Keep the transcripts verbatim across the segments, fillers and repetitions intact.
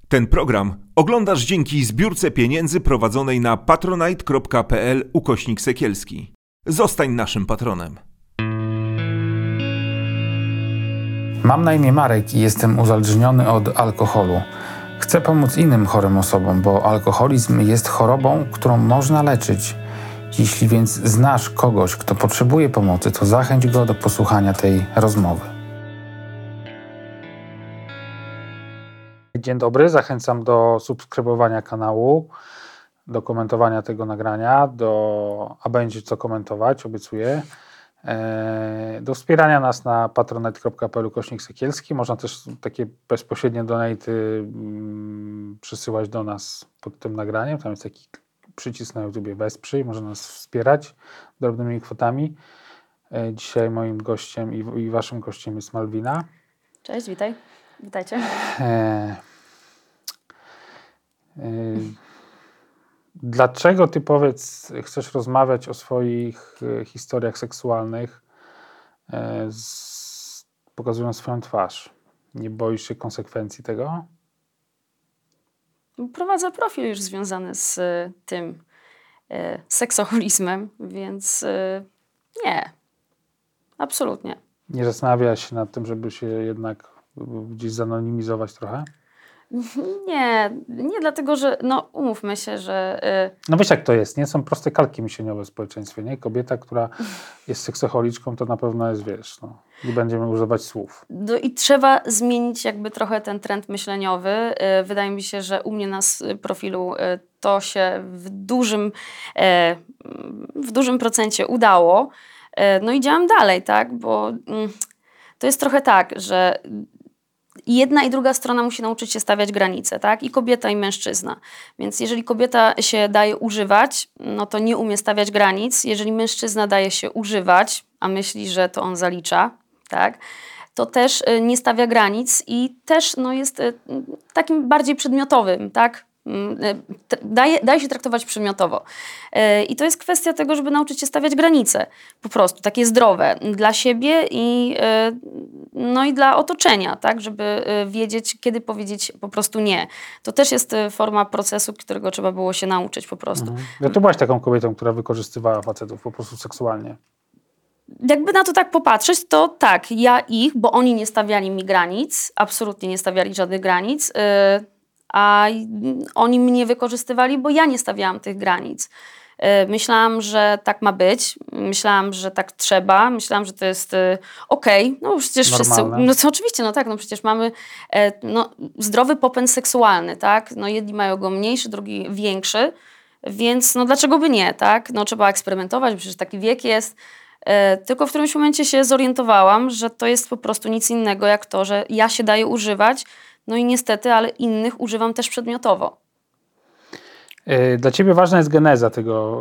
Ten program oglądasz dzięki zbiórce pieniędzy prowadzonej na patronite.pl ukośnik Sekielski. Zostań naszym patronem. Mam na imię Marek i jestem uzależniony od alkoholu. Chcę pomóc innym chorym osobom, bo alkoholizm jest chorobą, którą można leczyć. Jeśli więc znasz kogoś, kto potrzebuje pomocy, to zachęć go do posłuchania tej rozmowy. Dzień dobry, zachęcam do subskrybowania kanału, do komentowania tego nagrania, do, a będzie co komentować, obiecuję. E, do wspierania nas na patronite.pl ukośnik Sekielski. Można też takie bezpośrednie donaty mm, przysyłać do nas pod tym nagraniem. Tam jest taki przycisk na YouTubie Wesprzyj, można nas wspierać drobnymi kwotami. E, dzisiaj moim gościem i, i waszym gościem jest Malwina. Cześć, witaj. Witajcie. E, e, Dlaczego ty, powiedz, chcesz rozmawiać o swoich e, historiach seksualnych, e, z, pokazując swoją twarz? Nie boisz się konsekwencji tego? Prowadzę profil już związany z y, tym y, seksoholizmem, więc y, nie. Absolutnie. Nie zastanawiasz się nad tym, żeby się jednak gdzieś zanonimizować trochę? Nie, nie dlatego, że no umówmy się, że... Yy... No wiesz jak to jest, nie? Są proste kalki myśleniowe w społeczeństwie, nie? Kobieta, która jest seksocholiczką, to na pewno jest, wiesz, no, nie będziemy używać słów. No i trzeba zmienić jakby trochę ten trend myśleniowy. Yy, wydaje mi się, że u mnie na profilu yy, to się w dużym, yy, w dużym procencie udało. Yy, no i działam dalej, tak? Bo yy, to jest trochę tak, że jedna i druga strona musi nauczyć się stawiać granice, tak? I kobieta, i mężczyzna. Więc jeżeli kobieta się daje używać, no to nie umie stawiać granic. Jeżeli mężczyzna daje się używać, a myśli, że to on zalicza, tak? To też nie stawia granic i też no, jest takim bardziej przedmiotowym, tak? Daje, daje się traktować przedmiotowo. I to jest kwestia tego, żeby nauczyć się stawiać granice. Po prostu, takie zdrowe. Dla siebie i, no i dla otoczenia, tak? Żeby wiedzieć, kiedy powiedzieć po prostu nie. To też jest forma procesu, którego trzeba było się nauczyć po prostu. Mhm. Ja ty byłaś taką kobietą, która wykorzystywała facetów po prostu seksualnie. Jakby na to tak popatrzeć, to tak, ja ich, bo oni nie stawiali mi granic, absolutnie nie stawiali żadnych granic, a oni mnie wykorzystywali, bo ja nie stawiałam tych granic. Myślałam, że tak ma być, myślałam, że tak trzeba, myślałam, że to jest okej, okay. No przecież normalne. Wszyscy, no to oczywiście, no tak, no przecież mamy no, zdrowy popęd seksualny, tak, no jedni mają go mniejszy, drugi większy, więc no dlaczego by nie, tak, no trzeba eksperymentować, przecież taki wiek jest, tylko w którymś momencie się zorientowałam, że to jest po prostu nic innego jak to, że ja się daję używać. No i niestety, ale innych używam też przedmiotowo. Dla ciebie ważna jest geneza tego,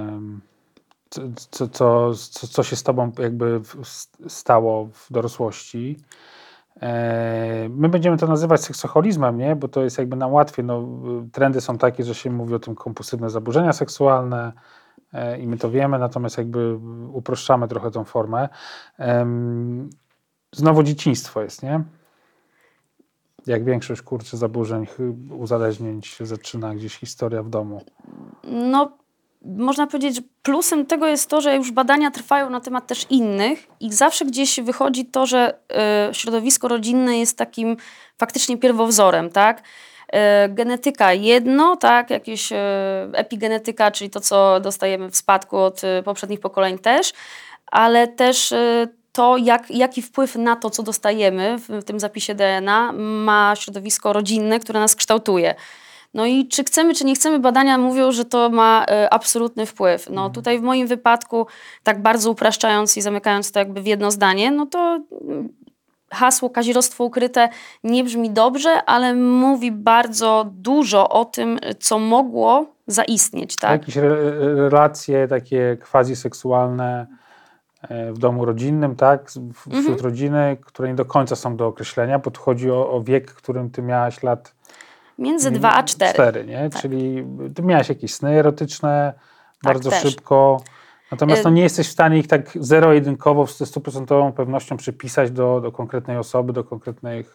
co, co, co, co się z tobą jakby stało w dorosłości. My będziemy to nazywać seksoholizmem, nie? Bo to jest jakby nam łatwiej. No, trendy są takie, że się mówi o tym kompulsywne zaburzenia seksualne i my to wiemy, natomiast jakby uproszczamy trochę tą formę. Znowu dzieciństwo jest, nie? Jak większość, kurczę, zaburzeń, uzależnień się zaczyna gdzieś historia w domu. No, można powiedzieć, że plusem tego jest to, że już badania trwają na temat też innych i zawsze gdzieś wychodzi to, że y, środowisko rodzinne jest takim faktycznie pierwowzorem, tak? Y, genetyka jedno, tak? Jakieś y, epigenetyka, czyli to, co dostajemy w spadku od y, poprzednich pokoleń też, ale też y, to, jak, jaki wpływ na to, co dostajemy w, w tym zapisie D N A ma środowisko rodzinne, które nas kształtuje. No i czy chcemy, czy nie chcemy, badania mówią, że to ma y, absolutny wpływ. No tutaj w moim wypadku, tak bardzo upraszczając i zamykając to jakby w jedno zdanie, no to y, hasło kazirodztwo ukryte nie brzmi dobrze, ale mówi bardzo dużo o tym, co mogło zaistnieć. Tak? Jakieś re, relacje takie quasi-seksualne w domu rodzinnym, tak, wśród mhm. rodziny, które nie do końca są do określenia, bo tu chodzi o, o wiek, w którym ty miałaś lat... Między dwa a cztery. cztery, nie? Tak. Czyli ty miałaś jakieś sny erotyczne tak, bardzo też. szybko, natomiast no, nie jesteś w stanie ich tak zero-jedynkowo, ze stuprocentową pewnością przypisać do, do konkretnej osoby, do konkretnych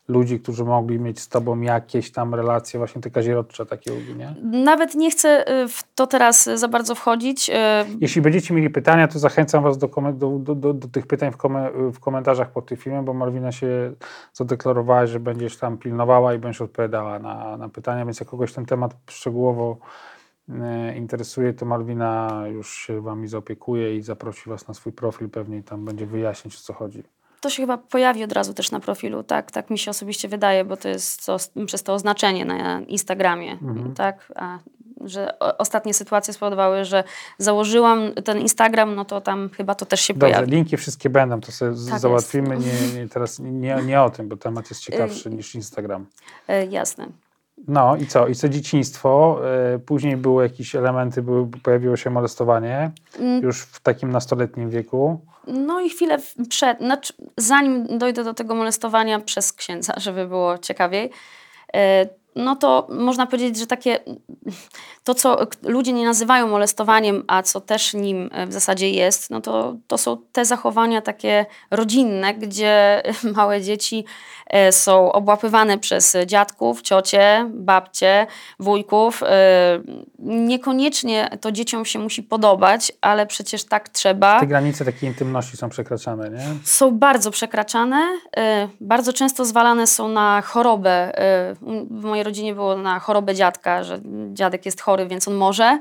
ludzi, którzy mogli mieć z tobą jakieś tam relacje, właśnie te kazirodcze takie, nie? Nawet nie chcę w to teraz za bardzo wchodzić. Jeśli będziecie mieli pytania, to zachęcam was do, do, do, do, do tych pytań w, kom w komentarzach pod tym filmem, bo Malwina się zadeklarowałaś, że będziesz tam pilnowała i będziesz odpowiadała na, na pytania, więc jak kogoś ten temat szczegółowo e, interesuje, to Malwina już się wami zaopiekuje i zaprosi was na swój profil pewnie i tam będzie wyjaśnić, o co chodzi. To się chyba pojawi od razu też na profilu, tak, tak mi się osobiście wydaje, bo to jest to, przez to oznaczenie na Instagramie, mhm. tak, a że o, ostatnie sytuacje spowodowały, że założyłam ten Instagram, no to tam chyba to też się Dobrze, pojawi. linki wszystkie będą, to sobie tak załatwimy, nie, nie, teraz nie, nie o tym, bo temat jest ciekawszy y niż Instagram. Y jasne. No i co? I co dzieciństwo? Yy, później były jakieś elementy, były, pojawiło się molestowanie mm. już w takim nastoletnim wieku. No i chwilę przed, znaczy, zanim dojdę do tego molestowania przez księdza, żeby było ciekawiej, yy, no to można powiedzieć, że takie to, co ludzie nie nazywają molestowaniem, a co też nim w zasadzie jest, no to, to są te zachowania takie rodzinne, gdzie małe dzieci są obłapywane przez dziadków, ciocie, babcie, wujków. Niekoniecznie to dzieciom się musi podobać, ale przecież tak trzeba. Te granice takiej intymności są przekraczane, nie? Są bardzo przekraczane. Bardzo często zwalane są na chorobę. W mojej rodzinie było na chorobę dziadka, że dziadek jest chory, więc on może.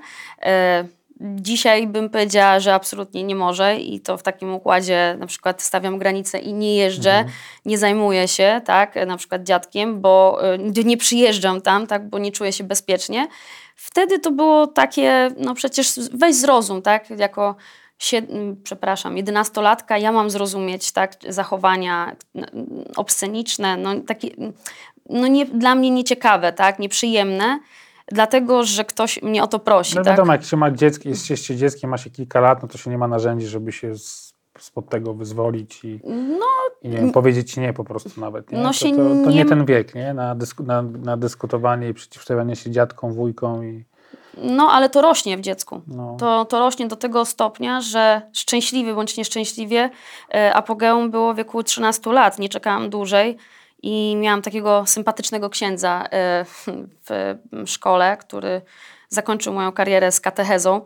Dzisiaj bym powiedziała, że absolutnie nie może i to w takim układzie na przykład stawiam granicę i nie jeżdżę, mhm. nie zajmuję się, tak, na przykład dziadkiem, bo nie przyjeżdżam tam, tak, bo nie czuję się bezpiecznie. Wtedy to było takie, no przecież weź zrozum, tak, jako siedm, przepraszam, jedenastolatka, ja mam zrozumieć, tak, zachowania obsceniczne, no takie, no nie, dla mnie nieciekawe, tak, nieprzyjemne. Dlatego, że ktoś mnie o to prosi. No tak? wiadomo, jak się ma dziecko, jesteście dzieckiem, ma się kilka lat, no to się nie ma narzędzi, żeby się z, spod tego wyzwolić i, no, i nie wiem, powiedzieć nie po prostu nawet. Nie? No to, to, to nie, nie ten wiek, nie? Na, dysku, na, na dyskutowanie i przeciwstawianie się dziadkom, wujkom. I... No, ale to rośnie w dziecku. No. To, to rośnie do tego stopnia, że szczęśliwie bądź nieszczęśliwie e, apogeum było w wieku trzynastu lat. Nie czekałam dłużej. I miałam takiego sympatycznego księdza w szkole, który zakończył moją karierę z katechezą,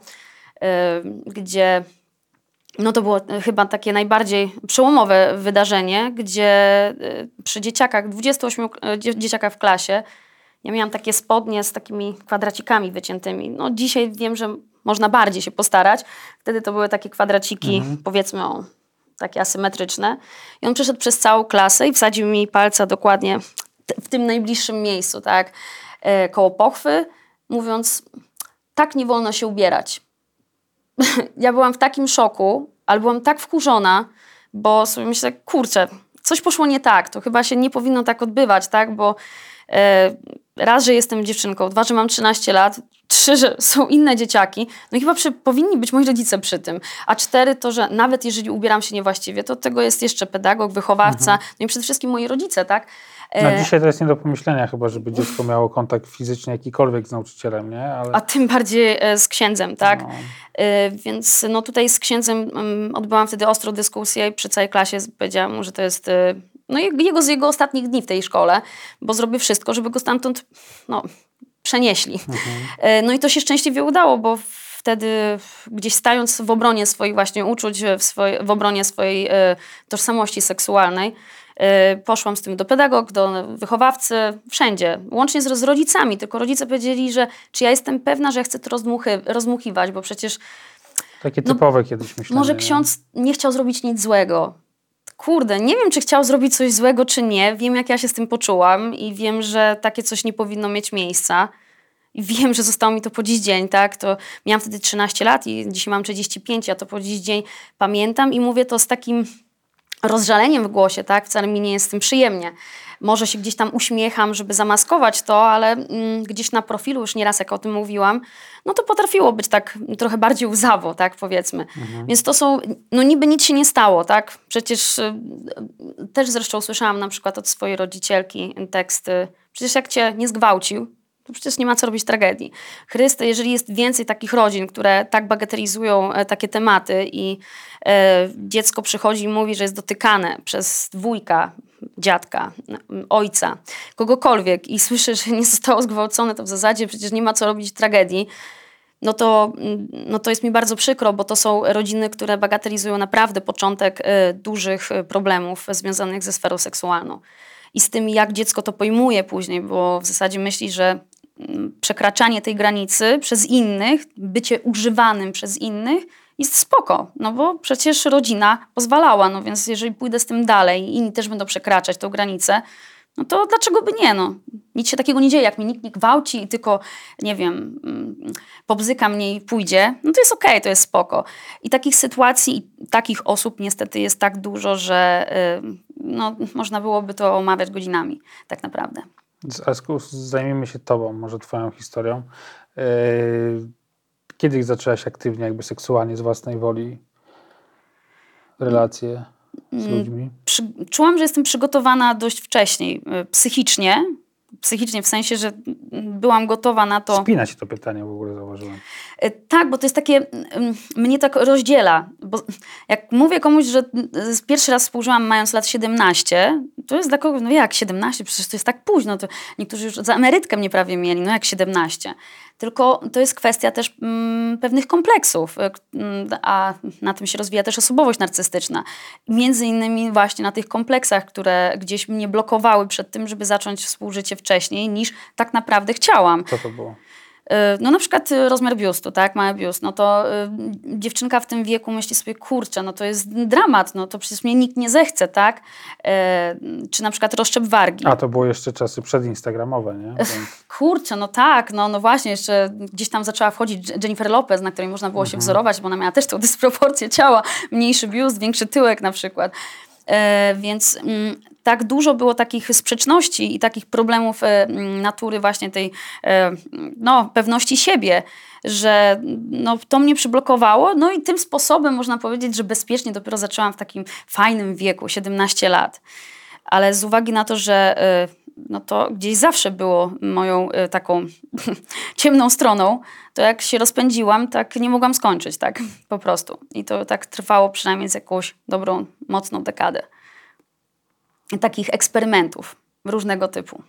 gdzie no to było chyba takie najbardziej przełomowe wydarzenie, gdzie przy dzieciakach, dwudziestu ośmiu dzieciakach w klasie, ja miałam takie spodnie z takimi kwadracikami wyciętymi. No dzisiaj wiem, że można bardziej się postarać. Wtedy to były takie kwadraciki, mhm. powiedzmy o takie asymetryczne. I on przeszedł przez całą klasę i wsadził mi palca dokładnie w tym najbliższym miejscu, tak, e, koło pochwy, mówiąc, tak nie wolno się ubierać. Ja byłam w takim szoku, ale byłam tak wkurzona, bo sobie myślę, kurczę, coś poszło nie tak, to chyba się nie powinno tak odbywać, tak, bo e, raz, że jestem dziewczynką, dwa, że mam trzynaście lat, trzy, że są inne dzieciaki, no i chyba przy, powinni być moi rodzice przy tym, a cztery to, że nawet jeżeli ubieram się niewłaściwie, to od tego jest jeszcze pedagog, wychowawca, mhm. no i przede wszystkim moi rodzice, tak? No dzisiaj to jest nie do pomyślenia chyba, żeby dziecko miało kontakt fizyczny jakikolwiek z nauczycielem, nie? Ale... A tym bardziej z księdzem, tak? No. Więc no tutaj z księdzem odbyłam wtedy ostrą dyskusję i przy całej klasie powiedziałam mu, że to jest no jego z jego ostatnich dni w tej szkole, bo zrobię wszystko, żeby go stamtąd no, przenieśli. Mhm. No i to się szczęśliwie udało, bo wtedy gdzieś stając w obronie swoich właśnie uczuć, w, swoj, w obronie swojej e, tożsamości seksualnej, e, poszłam z tym do pedagog, do wychowawcy, wszędzie, łącznie z, z rodzicami, tylko rodzice powiedzieli, że czy ja jestem pewna, że ja chcę to rozdmuchy, rozdmuchiwać, bo przecież takie typowe no, kiedyś myślenie. Może ksiądz nie? nie chciał zrobić nic złego. Kurde, nie wiem, czy chciał zrobić coś złego, czy nie. Wiem, jak ja się z tym poczułam i wiem, że takie coś nie powinno mieć miejsca. I wiem, że zostało mi to po dziś dzień, tak? To miałam wtedy trzynaście lat i dzisiaj mam trzydzieści pięć, ja to po dziś dzień pamiętam i mówię to z takim rozżaleniem w głosie, tak? Wcale mi nie jest z tym przyjemnie. Może się gdzieś tam uśmiecham, żeby zamaskować to, ale mm, gdzieś na profilu, już nieraz jak o tym mówiłam, no to potrafiło być tak trochę bardziej łzawo, tak powiedzmy. Mhm. Więc to są, no niby nic się nie stało, tak? Przecież y, też zresztą słyszałam na przykład od swojej rodzicielki teksty, przecież jak cię nie zgwałcił, to przecież nie ma co robić tragedii. Chryste, jeżeli jest więcej takich rodzin, które tak bagatelizują e, takie tematy i e, dziecko przychodzi i mówi, że jest dotykane przez wujka, dziadka, ojca, kogokolwiek i słyszę, że nie zostało zgwałcone, to w zasadzie przecież nie ma co robić tragedii, no to, no to jest mi bardzo przykro, bo to są rodziny, które bagatelizują naprawdę początek y, dużych problemów związanych ze sferą seksualną. I z tym, jak dziecko to pojmuje później, bo w zasadzie myśli, że przekraczanie tej granicy przez innych, bycie używanym przez innych jest spoko, no bo przecież rodzina pozwalała, no więc jeżeli pójdę z tym dalej i inni też będą przekraczać tą granicę, no to dlaczego by nie, no. Nic się takiego nie dzieje, jak mnie nikt nie gwałci i tylko, nie wiem, pobzyka mnie i pójdzie, no to jest okej, okay, to jest spoko. I takich sytuacji i takich osób niestety jest tak dużo, że no, można byłoby to omawiać godzinami, tak naprawdę. Asku, zajmiemy się tobą, może twoją historią. Kiedy zaczęłaś aktywnie, jakby seksualnie, z własnej woli relacje z ludźmi? Przy, czułam, że jestem przygotowana dość wcześniej, psychicznie. Psychicznie w sensie, że byłam gotowa na to. Spina się to pytanie w ogóle, zauważyłem. Tak, bo to jest takie, mnie tak rozdziela. Bo jak mówię komuś, że pierwszy raz współżyłam mając lat siedemnaście, to jest dla kogoś, no jak siedemnaście, przecież to jest tak późno. To niektórzy już za emerytkę mnie prawie mieli, no jak siedemnaście. Tylko to jest kwestia też mm, pewnych kompleksów, a na tym się rozwija też osobowość narcystyczna. Między innymi właśnie na tych kompleksach, które gdzieś mnie blokowały przed tym, żeby zacząć współżycie wcześniej, niż tak naprawdę chciałam. Co to było? No na przykład rozmiar biustu, tak, mały biust, no to y, dziewczynka w tym wieku myśli sobie, kurczę, no to jest dramat, no to przecież mnie nikt nie zechce, tak? Y, czy na przykład rozszczep wargi. A to było jeszcze czasy przedinstagramowe, nie? Więc... Kurczę, no tak, no, no właśnie, jeszcze gdzieś tam zaczęła wchodzić Jennifer Lopez, na której można było mhm. się wzorować, bo ona miała też tą dysproporcję ciała, mniejszy biust, większy tyłek na przykład. E, więc m, tak dużo było takich sprzeczności i takich problemów e, natury właśnie tej e, no, pewności siebie, że no, to mnie przyblokowało. No i tym sposobem można powiedzieć, że bezpiecznie dopiero zaczęłam w takim fajnym wieku, siedemnaście lat. Ale z uwagi na to, że e, no to gdzieś zawsze było moją e, taką ciemną stroną, to jak się rozpędziłam, tak nie mogłam skończyć, tak po prostu. I to tak trwało przynajmniej z jakąś dobrą, mocną dekadę. Takich eksperymentów różnego typu.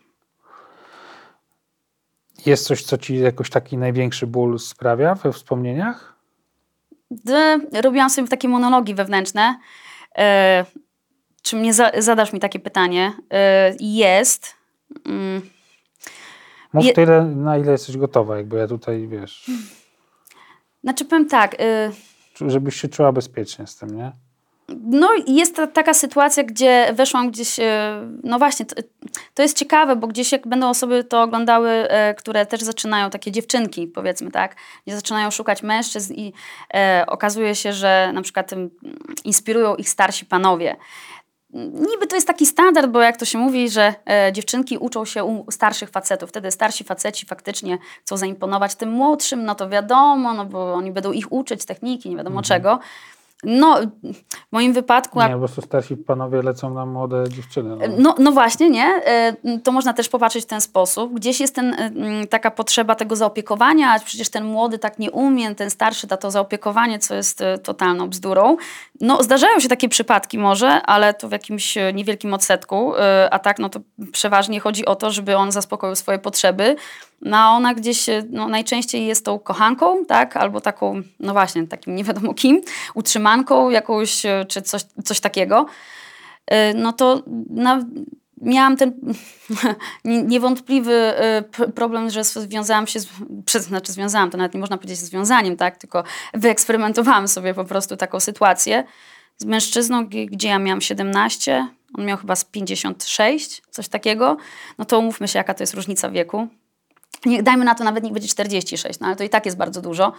Jest coś, co ci jakoś taki największy ból sprawia we wspomnieniach? D- robiłam sobie takie monologi wewnętrzne. E, czy mnie za- zadasz mi takie pytanie? E, jest... Mm, Mów je- tyle, na ile jesteś gotowa, jakby ja tutaj, wiesz... Znaczy powiem tak... E, żebyś się czuła bezpiecznie z tym, nie? No jest ta, taka sytuacja, gdzie weszłam gdzieś, no właśnie, to, to jest ciekawe, bo gdzieś jak będą osoby to oglądały, e, które też zaczynają, takie dziewczynki powiedzmy, tak, gdzie zaczynają szukać mężczyzn i e, okazuje się, że na przykład m, inspirują ich starsi panowie. Niby to jest taki standard, bo jak to się mówi, że e, dziewczynki uczą się u starszych facetów. Wtedy starsi faceci faktycznie chcą zaimponować tym młodszym, no to wiadomo, no bo oni będą ich uczyć techniki, nie wiadomo mhm. czego. No, w moim wypadku... Nie, po prostu starsi panowie lecą na młode dziewczyny. No, no, no właśnie, nie? To można też popatrzeć w ten sposób. Gdzieś jest ten, taka potrzeba tego zaopiekowania, a przecież ten młody tak nie umie, ten starszy da to zaopiekowanie, co jest totalną bzdurą. No, zdarzają się takie przypadki może, ale to w jakimś niewielkim odsetku, a tak, no to przeważnie chodzi o to, żeby on zaspokoił swoje potrzeby. No a ona gdzieś no, najczęściej jest tą kochanką, tak? Albo taką, no właśnie, takim nie wiadomo kim, utrzymanką jakąś, czy coś, coś takiego. No to na, miałam ten niewątpliwy problem, że związałam się, z, znaczy związałam, to nawet nie można powiedzieć z związaniem, tak? Tylko wyeksperymentowałam sobie po prostu taką sytuację z mężczyzną, gdzie ja miałam siedemnaście, on miał chyba z pięćdziesiąt sześć, coś takiego. No to umówmy się, jaka to jest różnica wieku. Nie, dajmy na to, nawet niech będzie czterdzieści sześć, no ale to i tak jest bardzo dużo.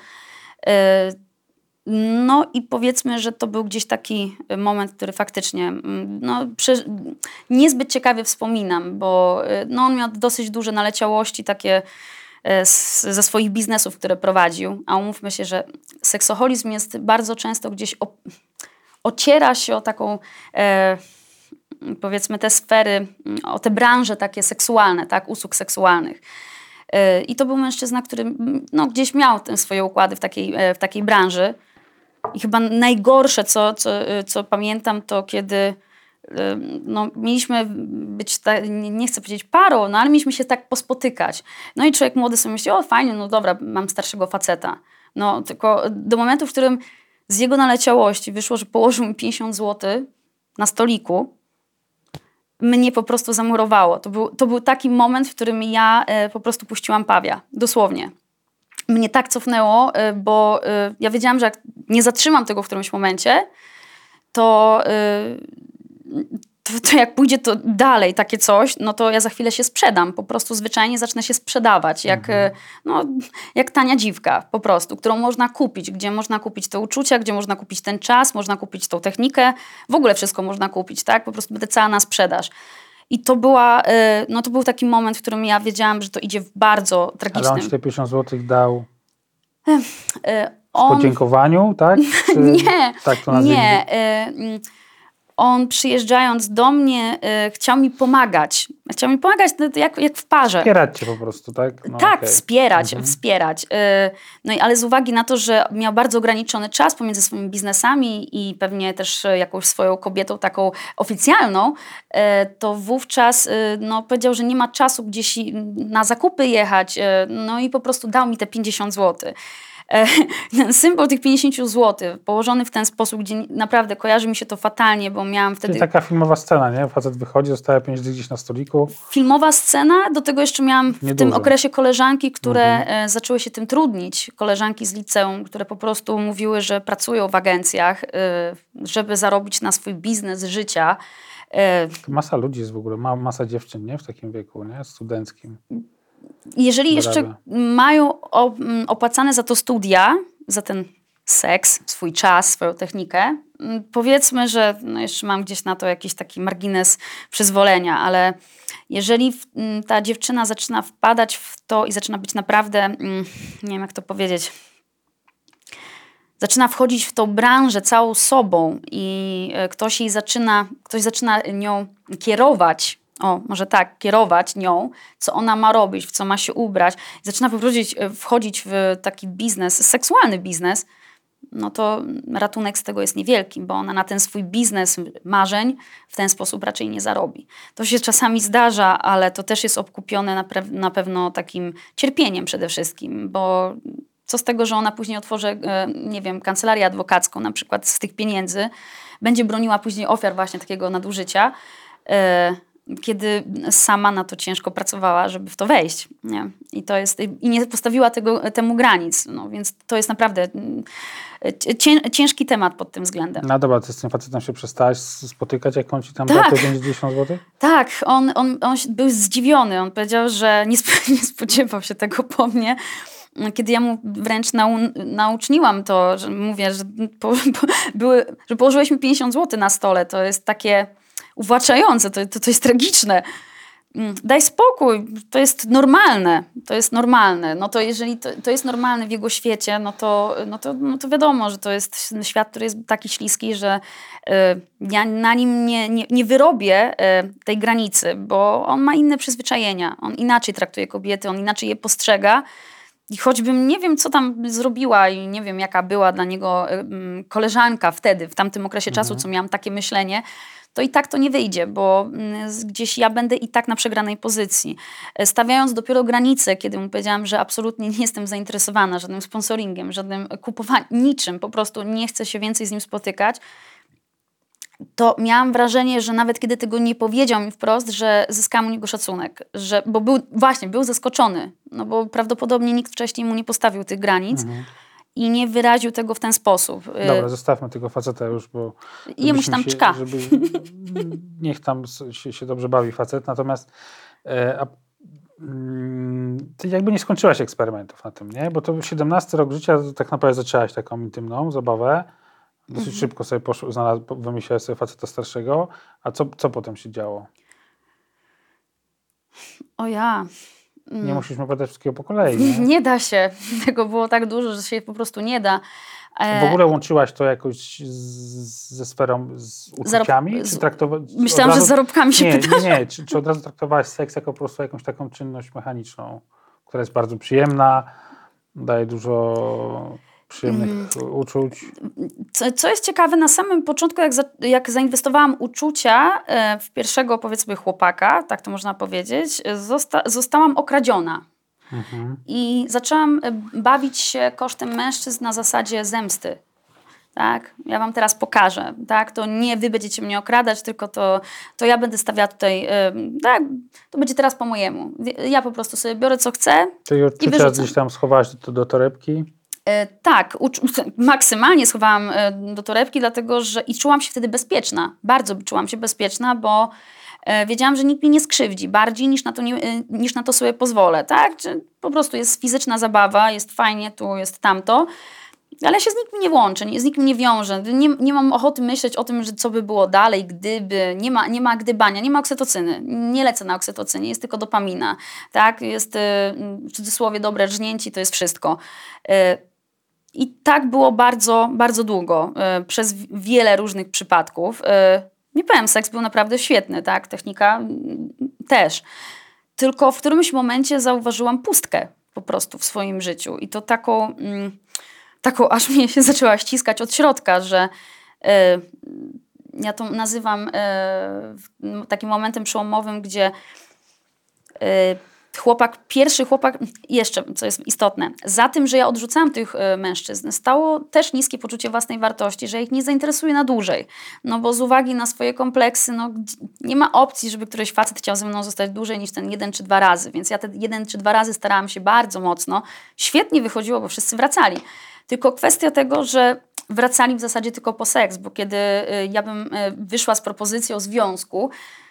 No i powiedzmy, że to był gdzieś taki moment, który faktycznie no, prze, niezbyt ciekawie wspominam, bo no, on miał dosyć duże naleciałości takie z, ze swoich biznesów, które prowadził, a umówmy się, że seksoholizm jest bardzo często gdzieś o, ociera się o taką... E, powiedzmy te sfery, o te branże takie seksualne, tak, usług seksualnych. I to był mężczyzna, który no, gdzieś miał te swoje układy w takiej, w takiej branży. I chyba najgorsze, co, co, co pamiętam, to kiedy no, mieliśmy być, ta, nie chcę powiedzieć parą, no ale mieliśmy się tak pospotykać. No i człowiek młody sobie myśli, o fajnie, no dobra, mam starszego faceta. No tylko do momentu, w którym z jego naleciałości wyszło, że położył mi pięćdziesiąt złotych na stoliku, mnie po prostu zamurowało. To był, to był taki moment, w którym ja e, po prostu puściłam pawia. Dosłownie. Mnie tak cofnęło, e, bo e, ja wiedziałam, że jak nie zatrzymam tego w którymś momencie, to, e, to, to jak pójdzie to dalej takie coś, no to ja za chwilę się sprzedam. Po prostu zwyczajnie zacznę się sprzedawać. Jak, mhm. no, jak tania dziwka po prostu, którą można kupić. Gdzie można kupić te uczucia, gdzie można kupić ten czas, można kupić tą technikę. W ogóle wszystko można kupić, tak? Po prostu będę cała na sprzedaż. I to była, no to był taki moment, w którym ja wiedziałam, że to idzie w bardzo tragicznym... Ale on ci te pięćdziesiąt złotych dał w on... podziękowaniu, tak? Czy nie, tak to nazwijmy? nie. On przyjeżdżając do mnie y, chciał mi pomagać. Chciał mi pomagać jak, jak w parze. Wspierać cię po prostu, tak? No, tak, okay. wspierać, mhm. wspierać. Y, no i ale z uwagi na to, że miał bardzo ograniczony czas pomiędzy swoimi biznesami i pewnie też jakąś swoją kobietą taką oficjalną, y, to wówczas y, no, powiedział, że nie ma czasu gdzieś na zakupy jechać. Y, no i po prostu dał mi te pięćdziesiąt złotych. Symbol tych pięćdziesiąt złotych położony w ten sposób, gdzie naprawdę kojarzy mi się to fatalnie, bo miałam wtedy... Czyli taka filmowa scena, nie? Facet wychodzi, zostaje pięć gdzieś na stoliku. Filmowa scena, do tego jeszcze miałam w Niedużo. tym okresie koleżanki, które mhm. zaczęły się tym trudnić. Koleżanki z liceum, które po prostu mówiły, że pracują w agencjach, żeby zarobić na swój biznes życia. Masa ludzi jest w ogóle, ma, masa dziewczyn, nie? W takim wieku, nie? Studenckim. Jeżeli jeszcze mają opłacane za to studia, za ten seks, swój czas, swoją technikę, powiedzmy, że no jeszcze mam gdzieś na to jakiś taki margines przyzwolenia, ale jeżeli ta dziewczyna zaczyna wpadać w to i zaczyna być naprawdę, nie wiem jak to powiedzieć, zaczyna wchodzić w tą branżę całą sobą i ktoś jej zaczyna, ktoś zaczyna nią kierować, o, może tak, kierować nią, co ona ma robić, w co ma się ubrać. Zaczyna wchodzić, wchodzić w taki biznes, seksualny biznes, no to ratunek z tego jest niewielki, bo ona na ten swój biznes marzeń w ten sposób raczej nie zarobi. To się czasami zdarza, ale to też jest obkupione na, pre- na pewno takim cierpieniem przede wszystkim, bo co z tego, że ona później otworzy, nie wiem, kancelarię adwokacką na przykład z tych pieniędzy, będzie broniła później ofiar właśnie takiego nadużycia, kiedy sama na to ciężko pracowała, żeby w to wejść. Nie? I to jest, i nie postawiła tego, temu granic. No, więc to jest naprawdę cię, ciężki temat pod tym względem. No dobra, ty z tym facetem się przestałaś spotykać, jak on ci tam tak. dał te pięćdziesiąt złotych? Tak, on, on, on był zdziwiony. On powiedział, że nie, sp- nie spodziewał się tego po mnie. Kiedy ja mu wręcz nau- nauczniłam to, że mówię, że, po, po, były, że położyłeś mi pięćdziesiąt złotych na stole, to jest takie uwłaczające, to, to, to jest tragiczne. Daj spokój, to jest normalne, to jest normalne. No to jeżeli to, to jest normalne w jego świecie, no to, no, to, no to wiadomo, że to jest świat, który jest taki śliski, że y, ja na nim nie, nie, nie wyrobię y, tej granicy, bo on ma inne przyzwyczajenia, on inaczej traktuje kobiety, on inaczej je postrzega. I choćbym nie wiem, co tam zrobiła i nie wiem, jaka była dla niego y, koleżanka wtedy, w tamtym okresie mhm. czasu, co miałam takie myślenie, to i tak to nie wyjdzie, bo gdzieś ja będę i tak na przegranej pozycji. Stawiając dopiero granice, kiedy mu powiedziałam, że absolutnie nie jestem zainteresowana żadnym sponsoringiem, żadnym kupowaniem, niczym, po prostu nie chcę się więcej z nim spotykać, to miałam wrażenie, że nawet kiedy tego nie powiedział mi wprost, że zyskałam u niego szacunek, że, bo był, właśnie, był zaskoczony, no bo prawdopodobnie nikt wcześniej mu nie postawił tych granic, mhm. i nie wyraził tego w ten sposób. Dobra, zostawmy tego faceta już, bo... Jemu się tam czka. Żeby, niech tam się, się dobrze bawi facet, natomiast e, a, mm, ty jakby nie skończyłaś eksperymentów na tym, nie? Bo to był siedemnasty rok życia, tak naprawdę zaczęłaś taką intymną zabawę, dosyć mhm. szybko sobie poszło, znalazł, wymyślałeś sobie faceta starszego, a co, co potem się działo? O ja... Nie musisz mi opowiadać wszystkiego po kolei. Nie? nie da się. Tego było tak dużo, że się po prostu nie da. W ogóle łączyłaś to jakoś z, ze sferą, z uczuciami? Zarób... Czy traktowa... Myślałam, razu... że z zarobkami się nie, pytasz. Nie, nie. Czy, czy od razu traktowałaś seks jako po prostu jakąś taką czynność mechaniczną, która jest bardzo przyjemna, daje dużo przyjemnych mm. uczuć? Co, co jest ciekawe, na samym początku, jak, za, jak zainwestowałam uczucia e, w pierwszego, powiedzmy, chłopaka, tak to można powiedzieć, zosta, zostałam okradziona. Mhm. I zaczęłam bawić się kosztem mężczyzn na zasadzie zemsty. Tak? Ja wam teraz pokażę. Tak? To nie wy będziecie mnie okradać, tylko to, to ja będę stawiała tutaj, yy, tak, to będzie teraz po mojemu. Ja po prostu sobie biorę co chcę. Czyli odczucia gdzieś tam schowałaś do, do torebki? Yy, tak, maksymalnie schowałam yy, do torebki, dlatego że i czułam się wtedy bezpieczna. Bardzo czułam się bezpieczna, bo yy, wiedziałam, że nikt mnie nie skrzywdzi bardziej niż na to, nie, yy, niż na to sobie pozwolę. Tak? Że po prostu jest fizyczna zabawa, jest fajnie, tu jest tamto. Ale ja się z nikim nie łączę, nie, z nikim nie wiążę. Nie, nie mam ochoty myśleć o tym, że co by było dalej, gdyby. Nie ma, nie ma gdybania, nie ma oksytocyny. Nie lecę na oksytocynie, jest tylko dopamina. Tak? Jest w cudzysłowie dobre rżnięcie, to jest wszystko. I tak było bardzo, bardzo długo. Przez wiele różnych przypadków. Nie powiem, seks był naprawdę świetny, tak? Technika też. Tylko w którymś momencie zauważyłam pustkę po prostu w swoim życiu. I to taką... taką aż mnie się zaczęła ściskać od środka, że y, ja to nazywam y, takim momentem przełomowym, gdzie y, chłopak, pierwszy chłopak, jeszcze co jest istotne, za tym, że ja odrzucałam tych y, mężczyzn, stało też niskie poczucie własnej wartości, że ich nie zainteresuje na dłużej. No bo z uwagi na swoje kompleksy, no, nie ma opcji, żeby któryś facet chciał ze mną zostać dłużej niż ten jeden czy dwa razy, więc ja te jeden czy dwa razy starałam się bardzo mocno. Świetnie wychodziło, bo wszyscy wracali. Tylko kwestia tego, że wracali w zasadzie tylko po seks, bo kiedy ja bym wyszła z propozycją związku,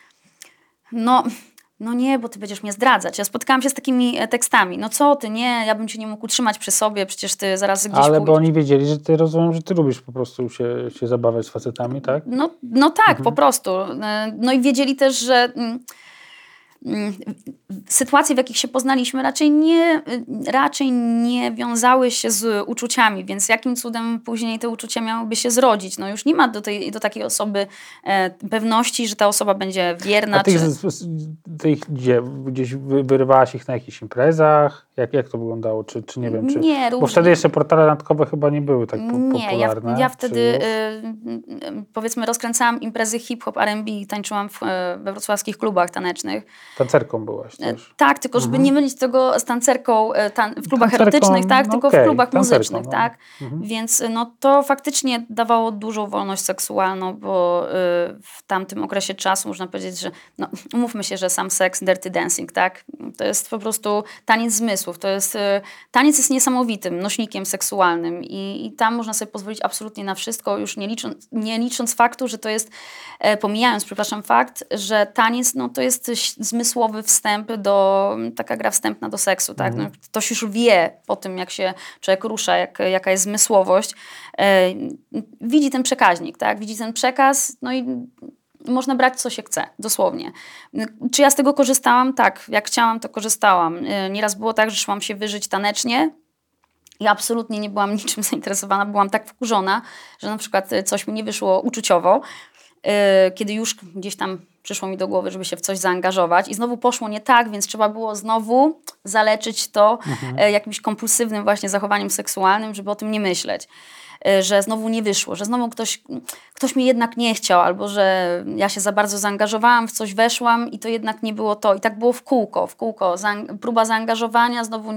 no, no nie, bo ty będziesz mnie zdradzać. Ja spotkałam się z takimi tekstami. No co ty, nie, ja bym cię nie mógł utrzymać przy sobie, przecież ty zaraz gdzieś Ale pójdziesz. bo oni wiedzieli, że ty rozumiem, że ty lubisz po prostu się, się zabawiać z facetami, tak? No, no tak, mhm. po prostu. No i wiedzieli też, że... sytuacje, w jakich się poznaliśmy, raczej nie, raczej nie wiązały się z uczuciami, więc jakim cudem później te uczucia miałyby się zrodzić? No już nie ma do, tej, do takiej osoby e, pewności, że ta osoba będzie wierna. A ty, czy... ty ich gdzie? Gdzieś wyrywałaś ich na jakichś imprezach? Jak, jak to wyglądało? Czy, czy nie wiem, czy... Nie, bo wtedy jeszcze portale randkowe chyba nie były tak po, nie, popularne. Ja, ja wtedy y, y, powiedzmy rozkręcałam imprezy hip-hop, R and B i tańczyłam w, we wrocławskich klubach tanecznych. Tancerką byłaś też. Tak, tylko żeby mhm. nie mylić tego z tancerką tan w klubach tancerką, erotycznych, tak, tylko okay, w klubach muzycznych, no. tak. Mhm. Więc no, to faktycznie dawało dużą wolność seksualną, bo y, w tamtym okresie czasu można powiedzieć, że no, umówmy się, że sam seks, dirty dancing, tak, to jest po prostu taniec zmysłów, to jest, y, taniec jest niesamowitym nośnikiem seksualnym i, i tam można sobie pozwolić absolutnie na wszystko, już nie licząc, nie licząc faktu, że to jest, e, pomijając, przepraszam, fakt, że taniec, no to jest zmysłowy wstęp do, taka gra wstępna do seksu, tak? No, ktoś już wie po tym, jak się człowiek rusza, jak, jaka jest zmysłowość, e, widzi ten przekaźnik, tak? Widzi ten przekaz, no i można brać, co się chce, dosłownie. Czy ja z tego korzystałam? Tak, jak chciałam, to korzystałam. E, nieraz było tak, że szłam się wyżyć tanecznie i absolutnie nie byłam niczym zainteresowana, byłam tak wkurzona, że na przykład coś mi nie wyszło uczuciowo, e, kiedy już gdzieś tam przyszło mi do głowy, żeby się w coś zaangażować i znowu poszło nie tak, więc trzeba było znowu zaleczyć to mhm. e, jakimś kompulsywnym właśnie zachowaniem seksualnym, żeby o tym nie myśleć. E, że znowu nie wyszło, że znowu ktoś, ktoś mnie jednak nie chciał, albo że ja się za bardzo zaangażowałam, w coś weszłam i to jednak nie było to. I tak było w kółko, w kółko. Zaang- próba zaangażowania, znowu,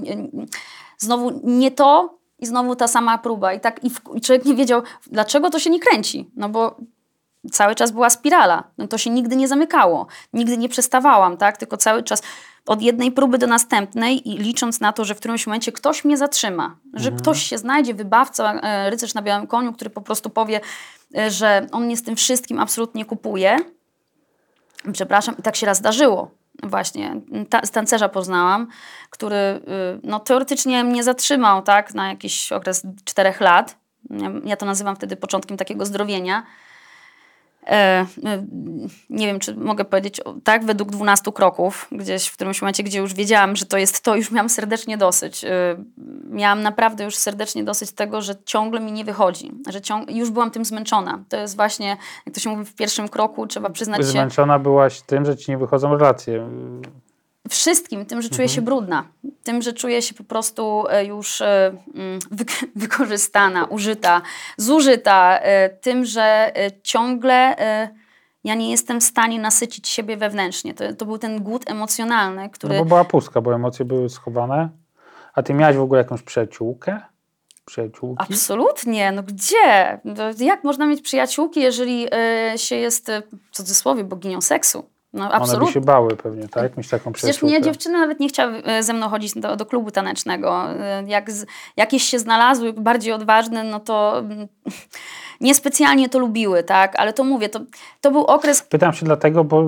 znowu nie to i znowu ta sama próba. I tak i, w, i człowiek nie wiedział, dlaczego to się nie kręci. No bo cały czas była spirala. No to się nigdy nie zamykało. Nigdy nie przestawałam, tak? Tylko cały czas od jednej próby do następnej i licząc na to, że w którymś momencie ktoś mnie zatrzyma. Że mhm. ktoś się znajdzie, wybawca, rycerz na białym koniu, który po prostu powie, że on mnie z tym wszystkim absolutnie kupuje. Przepraszam, i tak się raz zdarzyło. Właśnie. Ta, z tancerza poznałam, który no, teoretycznie mnie zatrzymał, tak? Na jakiś okres czterech lat. Ja, ja to nazywam wtedy początkiem takiego zdrowienia. E, nie wiem, czy mogę powiedzieć, tak, według dwunastu kroków, gdzieś w którymś momencie, gdzie już wiedziałam, że to jest to, już miałam serdecznie dosyć. E, miałam naprawdę już serdecznie dosyć tego, że ciągle mi nie wychodzi, że ciąg- już byłam tym zmęczona. To jest właśnie, jak to się mówi, w pierwszym kroku trzeba przyznać się... Zmęczona byłaś tym, że ci nie wychodzą relacje. wszystkim, tym, że czuję się brudna, tym, że czuję się po prostu już wy wykorzystana, użyta, zużyta, tym, że ciągle ja nie jestem w stanie nasycić siebie wewnętrznie. To, to był ten głód emocjonalny, który... No bo była pustka, bo emocje były schowane. A ty miałaś w ogóle jakąś przyjaciółkę? Przyjaciółki? Absolutnie, no gdzie? No, jak można mieć przyjaciółki, jeżeli y, się jest, w cudzysłowie, boginią seksu? No absolutnie. One by się bały pewnie, tak? Mieć taką Przecież przyjaciółkę. mnie dziewczyny nawet nie chciały ze mną chodzić do, do klubu tanecznego. Jak z, jakieś się znalazły, bardziej odważne, no to niespecjalnie to lubiły, tak? Ale to mówię, to, to był okres... Pytam się dlatego, bo y,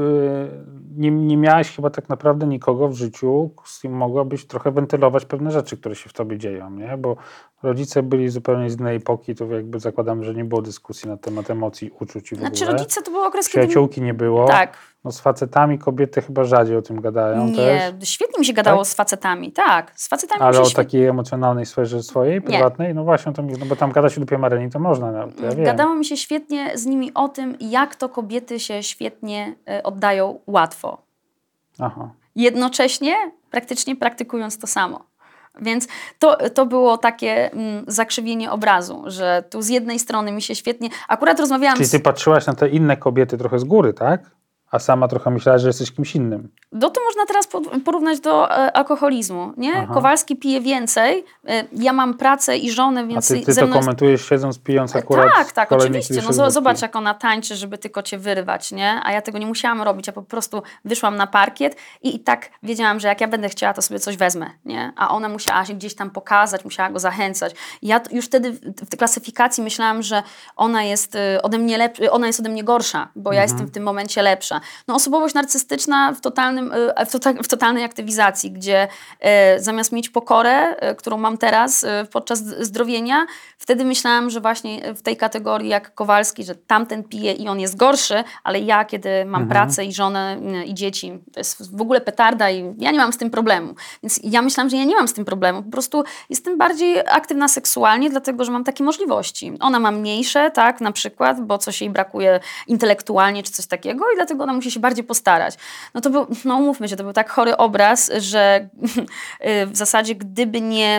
nie, nie miałaś chyba tak naprawdę nikogo w życiu, z kim mogłabyś trochę wentylować pewne rzeczy, które się w tobie dzieją, nie? Bo rodzice byli zupełnie z innej epoki, to jakby zakładam, że nie było dyskusji na temat emocji, uczuć i w Znaczy ogóle. rodzice to był okres, Przyjaciółki kiedy... nie było. Tak. No z facetami kobiety chyba rzadziej o tym gadają Nie, też. świetnie mi się gadało Tak? z facetami, tak. Z facetami Ale mi się o świetnie... takiej emocjonalnej sferze swojej, prywatnej? No właśnie, to mi, no bo tam gada się do Piamareni, to można, no, to ja wiem. Gadało mi się świetnie z nimi o tym, jak to kobiety się świetnie y, oddają łatwo. Aha. Jednocześnie praktycznie praktykując to samo. Więc to, to było takie mm, zakrzywienie obrazu, że tu z jednej strony mi się świetnie... Akurat rozmawiałam Czyli ty z... patrzyłaś na te inne kobiety trochę z góry, tak? A sama trochę myślałaś, że jesteś kimś innym. No to można teraz porównać do e, alkoholizmu, nie? Aha. Kowalski pije więcej, e, ja mam pracę i żonę, więc A ty, ty ze to mną jest... komentujesz siedząc, pijąc akurat Tak, tak, kolejny oczywiście. No, kieliszek z- wódki. zobacz, jak ona tańczy, żeby tylko cię wyrwać, nie? A ja tego nie musiałam robić. Ja po prostu wyszłam na parkiet i, i tak wiedziałam, że jak ja będę chciała, to sobie coś wezmę, nie? A ona musiała się gdzieś tam pokazać, musiała go zachęcać. I ja t- już wtedy w, w tej klasyfikacji myślałam, że ona jest y, ode mnie lep- ona jest ode mnie gorsza, bo ja jestem w tym momencie lepsza. No osobowość narcystyczna w, totalnym, y, w, tota- w totalnej aktywizacji, gdzie y, zamiast mieć pokorę, y, którą mam teraz y, podczas zdrowienia, wtedy myślałam, że właśnie w tej kategorii jak Kowalski, że tamten pije i on jest gorszy, ale ja, kiedy mam Mhm. pracę i żonę y, i dzieci, to jest w ogóle petarda i ja nie mam z tym problemu. Więc ja myślałam, że ja nie mam z tym problemu. Po prostu jestem bardziej aktywna seksualnie, dlatego, że mam takie możliwości. Ona ma mniejsze, tak, na przykład, bo coś jej brakuje intelektualnie czy coś takiego i dlatego ona musi się bardziej postarać. No to był, no umówmy się, to był tak chory obraz, że y, w zasadzie gdyby nie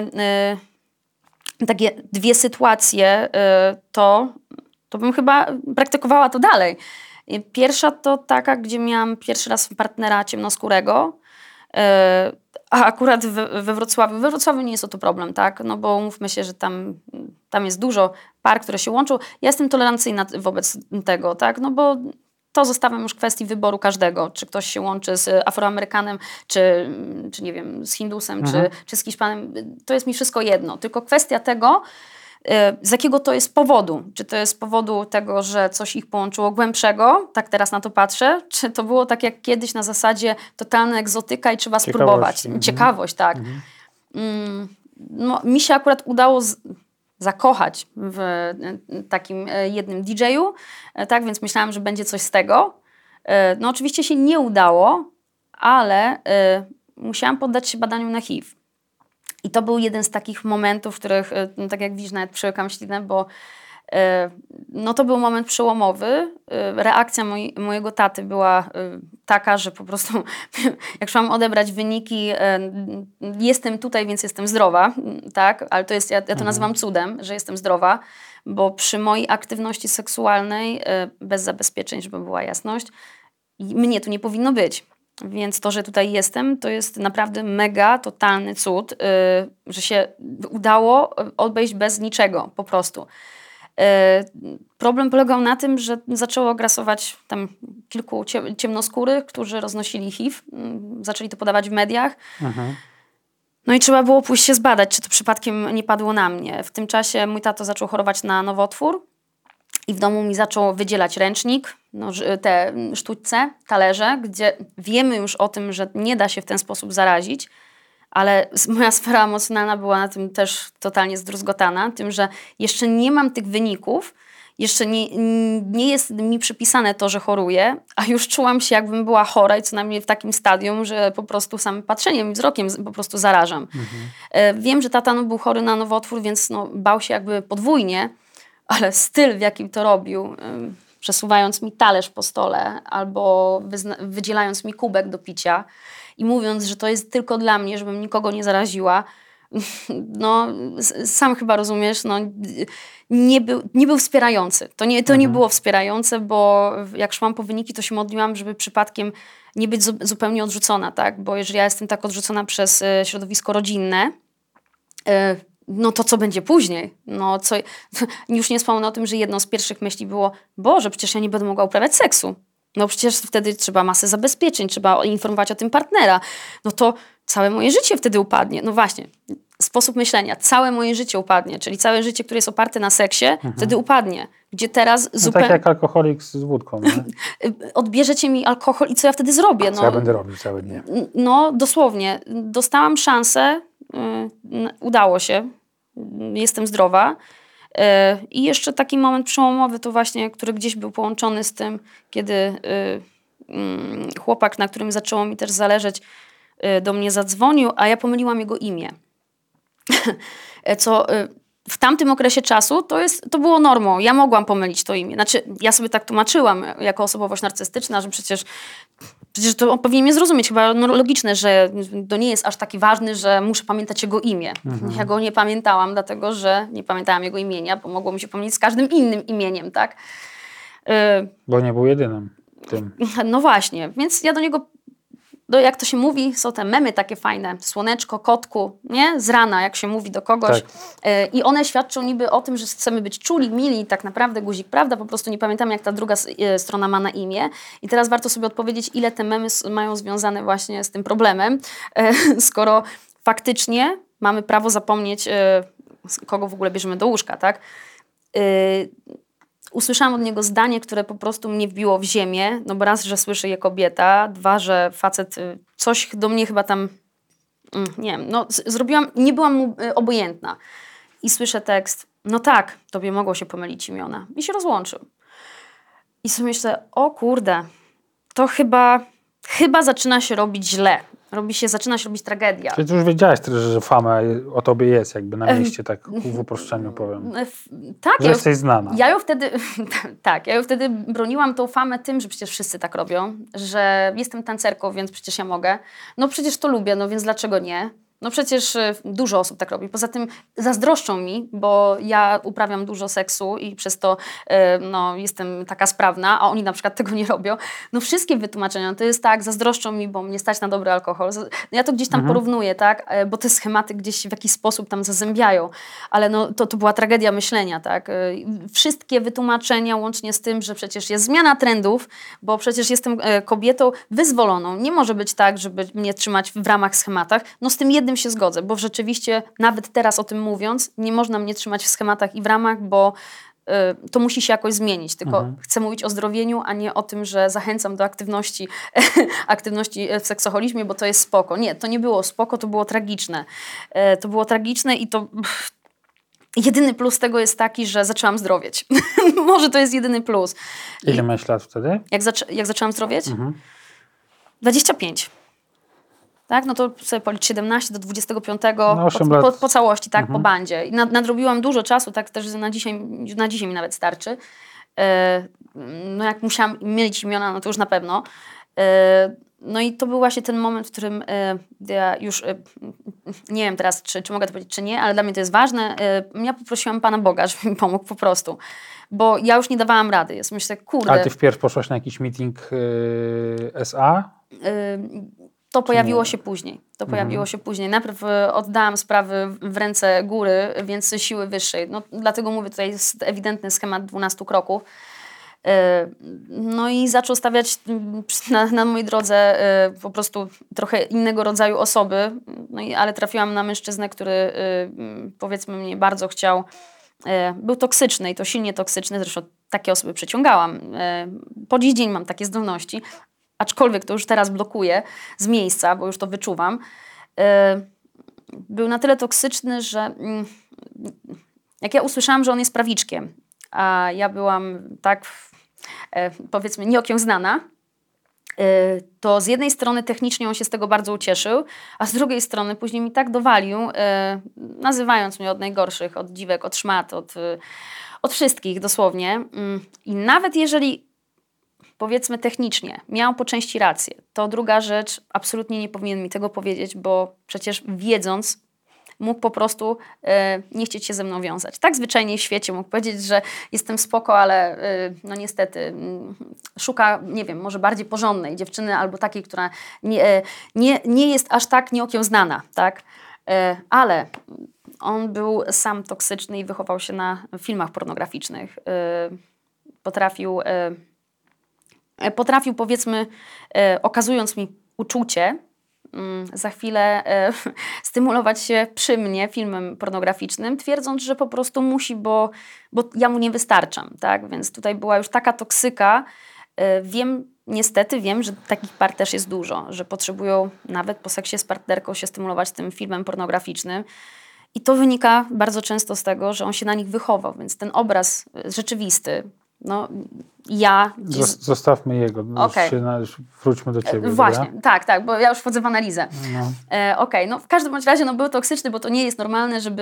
y, takie dwie sytuacje, y, to, to bym chyba praktykowała to dalej. Y, Pierwsza to taka, gdzie miałam pierwszy raz partnera ciemnoskórego, y, a akurat we, we Wrocławiu, we Wrocławiu nie jest to, to problem, tak? No bo umówmy się, że tam, tam jest dużo par, które się łączą. Ja jestem tolerancyjna wobec tego, tak? No bo to zostawiam już kwestii wyboru każdego, czy ktoś się łączy z Afroamerykanem, czy, czy nie wiem, z Hindusem, Mhm. czy, czy z Hiszpanem. To jest mi wszystko jedno. Tylko kwestia tego, z jakiego to jest powodu. Czy to jest z powodu tego, że coś ich połączyło głębszego, tak teraz na to patrzę, czy to było tak jak kiedyś na zasadzie totalna egzotyka i trzeba Ciekawość. spróbować. Mhm. Ciekawość, tak. Mhm. Mm, no, mi się akurat udało z, zakochać w takim jednym didżeju, tak, więc myślałam, że będzie coś z tego. No oczywiście się nie udało, ale musiałam poddać się badaniu na H I V. I to był jeden z takich momentów, w których, no, tak jak widzisz, nawet przełykam ślinę, bo no to był moment przełomowy. Reakcja moj, mojego taty była taka, że po prostu jak szłam odebrać wyniki, jestem tutaj, więc jestem zdrowa, tak? Ale to jest, ja, ja to nazywam cudem, że jestem zdrowa, bo przy mojej aktywności seksualnej, bez zabezpieczeń, żeby była jasność, mnie tu nie powinno być. Więc to, że tutaj jestem, to jest naprawdę mega, totalny cud, yy, że się udało obejść bez niczego, po prostu. Yy, problem polegał na tym, że zaczęło grasować tam kilku ciemnoskórych, którzy roznosili H I V, yy, zaczęli to podawać w mediach. Mhm. No i trzeba było pójść się zbadać, czy to przypadkiem nie padło na mnie. W tym czasie mój tato zaczął chorować na nowotwór i w domu mi zaczął wydzielać ręcznik, no, te sztućce, talerze, gdzie wiemy już o tym, że nie da się w ten sposób zarazić, ale moja sfera emocjonalna była na tym też totalnie zdruzgotana, tym, że jeszcze nie mam tych wyników, jeszcze nie, nie jest mi przypisane to, że choruję, a już czułam się, jakbym była chora i co najmniej w takim stadium, że po prostu samym patrzeniem, wzrokiem po prostu zarażam. Mhm. Wiem, że tata no, był chory na nowotwór, więc no, bał się jakby podwójnie, ale styl, w jakim to robił, przesuwając mi talerz po stole albo wydzielając mi kubek do picia i mówiąc, że to jest tylko dla mnie, żebym nikogo nie zaraziła, no sam chyba rozumiesz, no nie był, nie był wspierający. To, nie, to mhm. nie było wspierające, bo jak szłam po wyniki, to się modliłam, żeby przypadkiem nie być zu, zupełnie odrzucona, tak? Bo jeżeli ja jestem tak odrzucona przez y, środowisko rodzinne, y, no to co będzie później? No co, już nie wspomnę o tym, że jedną z pierwszych myśli było, Boże, przecież ja nie będę mogła uprawiać seksu. No przecież wtedy trzeba masę zabezpieczeń, trzeba informować o tym partnera. No to całe moje życie wtedy upadnie. No właśnie, sposób myślenia. Całe moje życie upadnie, czyli całe życie, które jest oparte na seksie, mhm. wtedy upadnie. Gdzie teraz no zupełnie... Tak jak alkoholik z wódką, nie? Odbierzecie mi alkohol i co ja wtedy zrobię? Co no, ja będę robił całe dnie? No dosłownie. Dostałam szansę, yy, udało się, jestem zdrowa. I jeszcze taki moment przełomowy to właśnie, który gdzieś był połączony z tym, kiedy chłopak, na którym zaczęło mi też zależeć, do mnie zadzwonił, a ja pomyliłam jego imię. Co w tamtym okresie czasu to, jest, to było normą. Ja mogłam pomylić to imię. Znaczy, ja sobie tak tłumaczyłam jako osobowość narcystyczna, że przecież Przecież to on powinien mnie zrozumieć. Chyba no, logiczne, że to nie jest aż taki ważny, że muszę pamiętać jego imię. Mhm. Ja go nie pamiętałam, dlatego że nie pamiętałam jego imienia, bo mogło mi się pomylić z każdym innym imieniem, tak? Bo nie był jedynym tym. No właśnie, więc ja do niego, do, jak to się mówi, są te memy takie fajne, słoneczko, kotku, nie? Z rana, jak się mówi do kogoś. Tak. I one świadczą niby o tym, że chcemy być czuli, mili, tak naprawdę guzik, prawda? Po prostu nie pamiętam, jak ta druga strona ma na imię. I teraz warto sobie odpowiedzieć, ile te memy mają związane właśnie z tym problemem, skoro faktycznie mamy prawo zapomnieć, kogo w ogóle bierzemy do łóżka, tak? Usłyszałam od niego zdanie, które po prostu mnie wbiło w ziemię. No bo raz, że słyszy je kobieta, dwa, że facet coś do mnie chyba tam, nie wiem, no zrobiłam, nie byłam mu obojętna. I słyszę tekst, no tak, tobie mogło się pomylić imiona. I się rozłączył. I sobie myślę, o kurde, to chyba, chyba zaczyna się robić źle. Robi się, zaczyna się robić tragedia. Czyli ty już wiedziałaś, że fama o tobie jest jakby na mieście, tak w uproszczeniu powiem. Tak. Że ja jesteś ją, znana. Ja ją wtedy, tak, ja ją wtedy broniłam tą famę tym, że przecież wszyscy tak robią, że jestem tancerką, więc przecież ja mogę. No przecież to lubię, no więc dlaczego nie? No przecież dużo osób tak robi. Poza tym zazdroszczą mi, bo ja uprawiam dużo seksu i przez to no, jestem taka sprawna, a oni na przykład tego nie robią. No wszystkie wytłumaczenia, to jest tak, zazdroszczą mi, bo mnie stać na dobry alkohol. Ja to gdzieś tam mhm. porównuję, tak, bo te schematy gdzieś w jakiś sposób tam zazębiają. Ale no, to, to była tragedia myślenia, tak. Wszystkie wytłumaczenia łącznie z tym, że przecież jest zmiana trendów, bo przecież jestem kobietą wyzwoloną. Nie może być tak, żeby mnie trzymać w ramach schematach. No z tym jednym się zgodzę, bo rzeczywiście nawet teraz o tym mówiąc, nie można mnie trzymać w schematach i w ramach, bo y, to musi się jakoś zmienić. Tylko mhm. chcę mówić o zdrowieniu, a nie o tym, że zachęcam do aktywności, aktywności w seksoholizmie, bo to jest spoko. Nie, to nie było spoko, to było tragiczne. Y, to było tragiczne i to... Pff, jedyny plus tego jest taki, że zaczęłam zdrowieć. Może to jest jedyny plus. Ile masz lat wtedy? Jak, zac- jak zaczęłam zdrowieć? Mhm. dwadzieścia pięć. Tak, no to sobie policz siedemnaście do dwudziestego piątego no, po, po, po całości, tak, mhm. po bandzie. I nad, nadrobiłam dużo czasu, tak też na dzisiaj, na dzisiaj mi nawet starczy. E, no jak musiałam mylić imiona, no to już na pewno. E, no i to był właśnie ten moment, w którym e, ja już, e, nie wiem teraz, czy, czy mogę to powiedzieć, czy nie, ale dla mnie to jest ważne. E, ja poprosiłam Pana Boga, żeby mi pomógł po prostu. Bo ja już nie dawałam rady. Jest myślę, kurde. Ale ty wpierw poszłaś na jakiś meeting yy, S A? E, To pojawiło się później. To mhm. pojawiło się później. Najpierw oddałam sprawy w ręce góry, więc siły wyższej. No, dlatego mówię, tutaj jest ewidentny schemat dwunastu kroków. No i zaczął stawiać na, na mojej drodze po prostu trochę innego rodzaju osoby. No i, ale trafiłam na mężczyznę, który powiedzmy mnie bardzo chciał. Był toksyczny i to silnie toksyczny. Zresztą takie osoby przyciągałam. Po dziś dzień mam takie zdolności. Aczkolwiek to już teraz blokuję z miejsca, bo już to wyczuwam, był na tyle toksyczny, że jak ja usłyszałam, że on jest prawiczkiem, a ja byłam tak, powiedzmy, nieokiełznana, to z jednej strony technicznie on się z tego bardzo ucieszył, a z drugiej strony później mi tak dowalił, nazywając mnie od najgorszych, od dziwek, od szmat, od, od wszystkich dosłownie. I nawet jeżeli, powiedzmy technicznie, miał po części rację, to druga rzecz, absolutnie nie powinien mi tego powiedzieć, bo przecież wiedząc, mógł po prostu e, nie chcieć się ze mną wiązać. Tak zwyczajnie w świecie mógł powiedzieć, że jestem spoko, ale e, no niestety m, szuka, nie wiem, może bardziej porządnej dziewczyny albo takiej, która nie, e, nie, nie jest aż tak nieokiełznana, tak? E, ale on był sam toksyczny i wychował się na filmach pornograficznych. E, potrafił, e, potrafił powiedzmy, e, okazując mi uczucie, za chwilę e, stymulować się przy mnie filmem pornograficznym, twierdząc, że po prostu musi, bo, bo ja mu nie wystarczam, tak? Więc tutaj była już taka toksyka. E, wiem, niestety wiem, że takich par też jest dużo, że potrzebują nawet po seksie z partnerką się stymulować tym filmem pornograficznym. I to wynika bardzo często z tego, że on się na nich wychował, więc ten obraz rzeczywisty, no ja... Zostawmy jego, okay. się na, wróćmy do ciebie. Właśnie, dobra? tak, tak, bo ja już wchodzę w analizę. No. E, Okej, okay. No w każdym bądź razie no, był toksyczny, bo to nie jest normalne, żeby...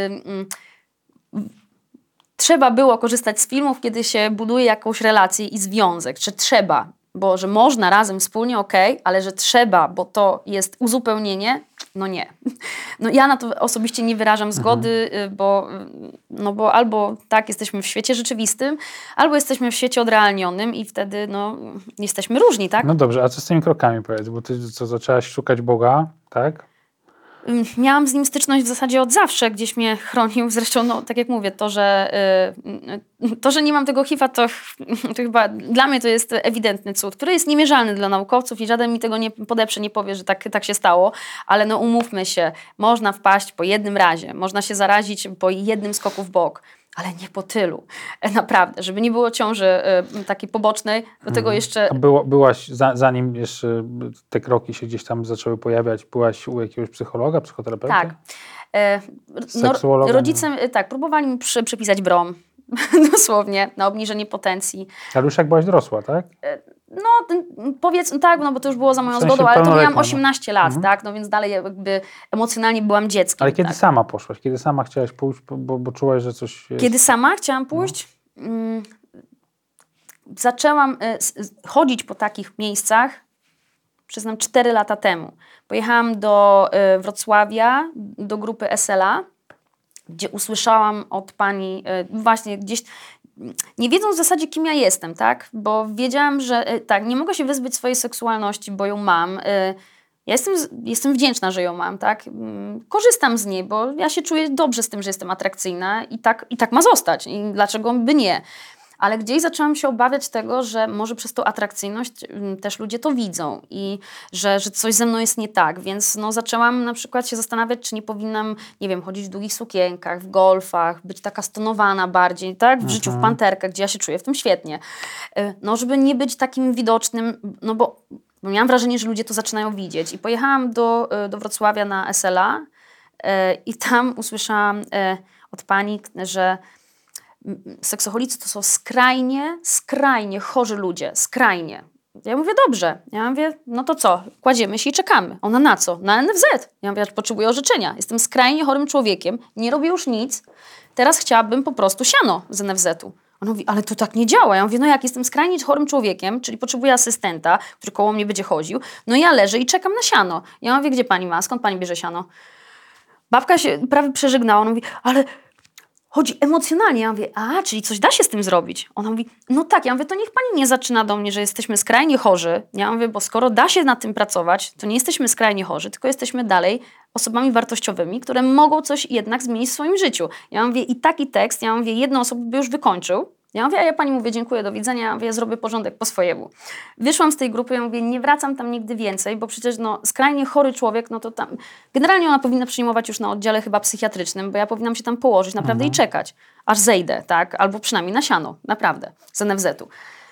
Y, y, trzeba było korzystać z filmów, kiedy się buduje jakąś relację i związek, czy trzeba, bo że można razem wspólnie, okej, okay, ale że trzeba, bo to jest uzupełnienie, no nie. No ja na to osobiście nie wyrażam zgody, mhm. bo, no bo albo tak jesteśmy w świecie rzeczywistym, albo jesteśmy w świecie odrealnionym i wtedy no jesteśmy różni, tak? No dobrze, a co z tymi krokami powiedz, bo ty co zaczęłaś szukać Boga, tak? Miałam z nim styczność w zasadzie od zawsze, gdzieś mnie chronił. Zresztą, no, tak jak mówię, to, że, yy, to, że nie mam tego H I V-a, to, to chyba dla mnie to jest ewidentny cud, który jest niemierzalny dla naukowców i żaden mi tego nie podeprze, nie powie, że tak, tak się stało. Ale no umówmy się, można wpaść po jednym razie, można się zarazić po jednym skoku w bok. Ale nie po tylu. Naprawdę, żeby nie było ciąży y, takiej pobocznej, do tego jeszcze... A było, byłaś, za, zanim jeszcze te kroki się gdzieś tam zaczęły pojawiać, byłaś u jakiegoś psychologa, psychoterapeuty? Tak. E, no, rodzice, tak, próbowali mi przy, przypisać brom, dosłownie, na obniżenie potencji. Ale już jak byłaś dorosła, tak? E, no, powiedz, tak, no bo to już było za moją w sensie zgodą, ale to miałam osiemnaście lat, mhm. tak, no więc dalej jakby emocjonalnie byłam dzieckiem. Ale kiedy tak. sama poszłaś? Kiedy sama chciałaś pójść, bo, bo czułaś, że coś jest... Kiedy sama chciałam pójść? No. Mm, zaczęłam y, chodzić po takich miejscach, przyznam, cztery lata temu. Pojechałam do y, Wrocławia, do grupy S L A, gdzie usłyszałam od pani y, właśnie gdzieś... Nie wiedząc w zasadzie, kim ja jestem, tak? Bo wiedziałam, że tak, nie mogę się wyzbyć swojej seksualności, bo ją mam. Ja jestem, jestem wdzięczna, że ją mam, tak? Korzystam z niej, bo ja się czuję dobrze z tym, że jestem atrakcyjna i tak, i tak ma zostać. I dlaczego by nie? Ale gdzieś zaczęłam się obawiać tego, że może przez tą atrakcyjność też ludzie to widzą i że, że coś ze mną jest nie tak, więc no, zaczęłam na przykład się zastanawiać, czy nie powinnam, nie wiem, chodzić w długich sukienkach, w golfach, być taka stonowana bardziej, tak, w mhm. życiu w panterkę, gdzie ja się czuję w tym świetnie. No, żeby nie być takim widocznym, no bo, bo miałam wrażenie, że ludzie to zaczynają widzieć i pojechałam do, do Wrocławia na S L A i tam usłyszałam od pani, że seksoholicy to są skrajnie, skrajnie chorzy ludzie, skrajnie. Ja mówię, dobrze. Ja mówię, no to co? Kładziemy się i czekamy. Ona na co? Na N F Z. Ja mówię, ja potrzebuję orzeczenia. Jestem skrajnie chorym człowiekiem, nie robię już nic. Teraz chciałabym po prostu siano z N F Z-u. Ona mówi, ale to tak nie działa. Ja mówię, no jak jestem skrajnie chorym człowiekiem, czyli potrzebuję asystenta, który koło mnie będzie chodził, no ja leżę i czekam na siano. Ja mówię, gdzie pani ma? Skąd pani bierze siano? Babka się prawie przeżegnała. Ona mówi, ale... chodzi emocjonalnie. Ja mówię, a, czyli coś da się z tym zrobić? Ona mówi, no tak. Ja mówię, to niech pani nie zaczyna do mnie, że jesteśmy skrajnie chorzy. Ja mówię, bo skoro da się nad tym pracować, to nie jesteśmy skrajnie chorzy, tylko jesteśmy dalej osobami wartościowymi, które mogą coś jednak zmienić w swoim życiu. Ja mówię, i taki tekst, ja mówię, jedna osoba by już wykończył. Ja mówię, a ja pani mówię, dziękuję, do widzenia, ja mówię, ja zrobię porządek po swojemu. Wyszłam z tej grupy, ja mówię, nie wracam tam nigdy więcej, bo przecież no, skrajnie chory człowiek, no to tam, generalnie ona powinna przyjmować już na oddziale chyba psychiatrycznym, bo ja powinnam się tam położyć naprawdę mhm. i czekać, aż zejdę, tak, albo przynajmniej na siano, naprawdę, z N F Z-u.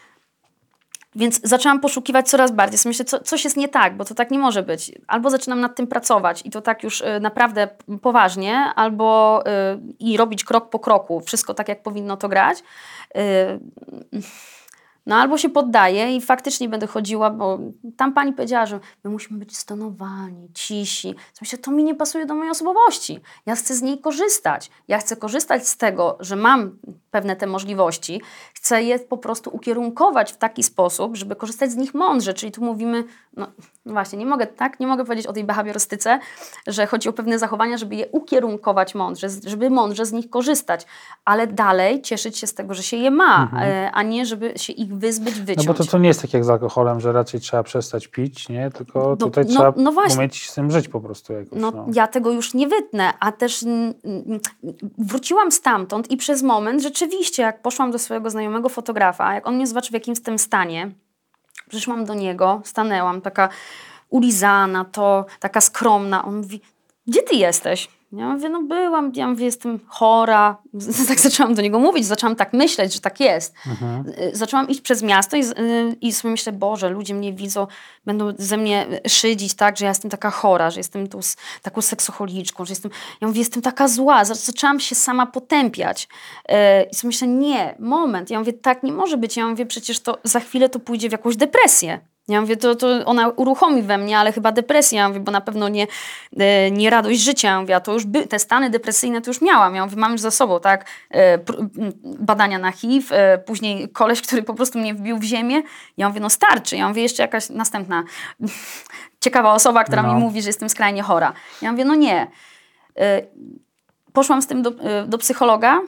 Więc zaczęłam poszukiwać coraz bardziej. Myślę, co, coś jest nie tak, bo to tak nie może być. Albo zaczynam nad tym pracować i to tak już y, naprawdę poważnie, albo y, i robić krok po kroku, wszystko tak, jak powinno to grać. Y, No albo się poddaję i faktycznie będę chodziła, bo tam pani powiedziała, że my musimy być stonowani, cisi. Myślę, to mi nie pasuje do mojej osobowości. Ja chcę z niej korzystać. Ja chcę korzystać z tego, że mam pewne te możliwości. Chcę je po prostu ukierunkować w taki sposób, żeby korzystać z nich mądrze. Czyli tu mówimy, no właśnie, nie mogę, tak? Nie mogę powiedzieć o tej behawiorystyce, że chodzi o pewne zachowania, żeby je ukierunkować mądrze, żeby mądrze z nich korzystać, ale dalej cieszyć się z tego, że się je ma, mhm. a nie żeby się ich wyzbyć, wyciąć. No bo to, to nie jest tak jak z alkoholem, że raczej trzeba przestać pić, nie? Tylko no, tutaj no, trzeba no umieć z tym żyć po prostu jakoś. No, no. Ja tego już nie wytnę, a też m, m, wróciłam stamtąd i przez moment rzeczywiście, jak poszłam do swojego znajomego fotografa, jak on mnie zobaczył w jakimś tym stanie, przyszłam do niego, stanęłam, taka ulizana, to taka skromna. On mówi, gdzie ty jesteś? Ja mówię, no byłam, ja mówię, jestem chora. Tak zaczęłam do niego mówić, zaczęłam tak myśleć, że tak jest. Mhm. Zaczęłam iść przez miasto i, i sobie myślę, Boże, ludzie mnie widzą, będą ze mnie szydzić, tak, że ja jestem taka chora, że jestem tu z taką seksocholiczką, że jestem, ja mówię, jestem taka zła. Zaczęłam się sama potępiać. I sobie myślę, nie, moment. Ja mówię, tak nie może być. Ja mówię, przecież to za chwilę to pójdzie w jakąś depresję. Ja mówię, to, to ona uruchomi we mnie, ale chyba depresja, ja mówię, bo na pewno nie, nie radość życia. Ja mówię, a to już by, te stany depresyjne to już miałam. Ja mówię, mam już za sobą, tak, badania na H I V, później koleś, który po prostu mnie wbił w ziemię. Ja mówię, no starczy. Ja mówię, jeszcze jakaś następna ciekawa osoba, która no. mi mówi, że jestem skrajnie chora. Ja mówię, no nie. Poszłam z tym do, do psychologa,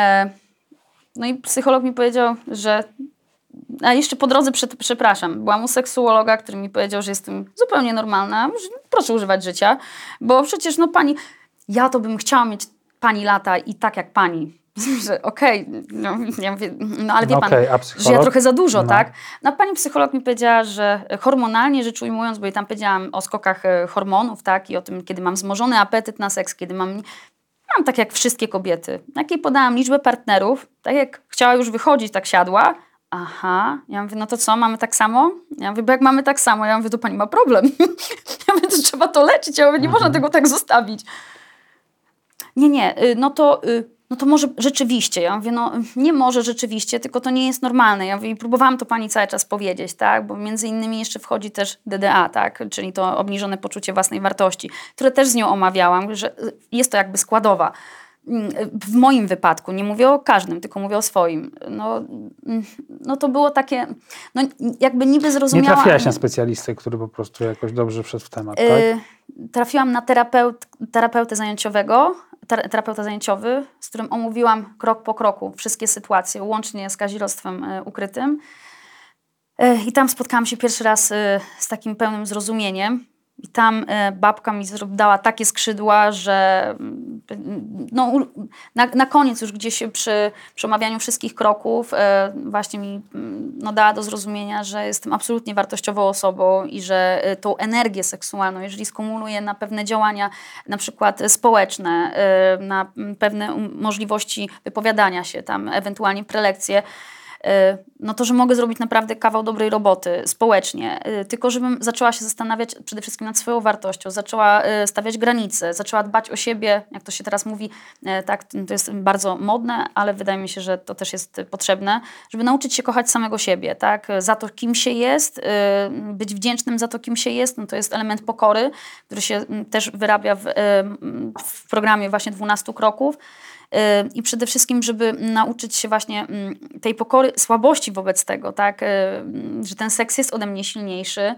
no i psycholog mi powiedział, że a jeszcze po drodze, przepraszam, byłam u seksuologa, który mi powiedział, że jestem zupełnie normalna, że proszę używać życia, bo przecież no pani, ja to bym chciała mieć pani lata i tak jak pani. Że okej, okay, no, ja mówię, no ale wie pan, okay, że ja trochę za dużo, no. tak? No a pani psycholog mi powiedziała, że hormonalnie rzecz ujmując, bo i tam powiedziałam o skokach hormonów, tak, i o tym, kiedy mam wzmożony apetyt na seks, kiedy mam... Mam tak jak wszystkie kobiety. Jak jej podałam liczbę partnerów, tak jak chciała już wychodzić, tak siadła. Aha, ja mówię, no to co, mamy tak samo? Ja mówię, bo jak mamy tak samo, ja mówię, to pani ma problem. Ja mówię, to trzeba to leczyć, ja mówię, nie mhm. można tego tak zostawić. Nie, nie, no to, no to może rzeczywiście. Ja mówię, no nie może rzeczywiście, tylko to nie jest normalne. Ja mówię, i próbowałam to pani cały czas powiedzieć, tak, bo między innymi jeszcze wchodzi też D D A, tak, czyli to obniżone poczucie własnej wartości, które też z nią omawiałam, że jest to jakby składowa. W moim wypadku, nie mówię o każdym, tylko mówię o swoim. No, no to było takie, no jakby niby zrozumiała... Nie trafiłaś na specjalistę, który po prostu jakoś dobrze wszedł w temat, tak? Yy, trafiłam na terapeut, terapeutę zajęciowego, terapeuta zajęciowy, z którym omówiłam krok po kroku wszystkie sytuacje, łącznie z kazirodztwem ukrytym. Yy, I tam spotkałam się pierwszy raz yy, z takim pełnym zrozumieniem. I tam y, babka mi dała takie skrzydła, że y, no, na, na koniec już gdzieś przy, przy omawianiu wszystkich kroków y, właśnie mi y, no, dała do zrozumienia, że jestem absolutnie wartościową osobą i że y, tą energię seksualną, jeżeli skumuluję na pewne działania, na przykład społeczne, y, na pewne możliwości wypowiadania się, tam ewentualnie prelekcje, no to, że mogę zrobić naprawdę kawał dobrej roboty społecznie, tylko żebym zaczęła się zastanawiać przede wszystkim nad swoją wartością, zaczęła stawiać granice, zaczęła dbać o siebie, jak to się teraz mówi, tak, to jest bardzo modne, ale wydaje mi się, że to też jest potrzebne, żeby nauczyć się kochać samego siebie, tak, za to, kim się jest, być wdzięcznym za to, kim się jest, no to jest element pokory, który się też wyrabia w, w programie właśnie dwunastu kroków. I przede wszystkim, żeby nauczyć się właśnie tej pokory, słabości wobec tego, tak, że ten seks jest ode mnie silniejszy.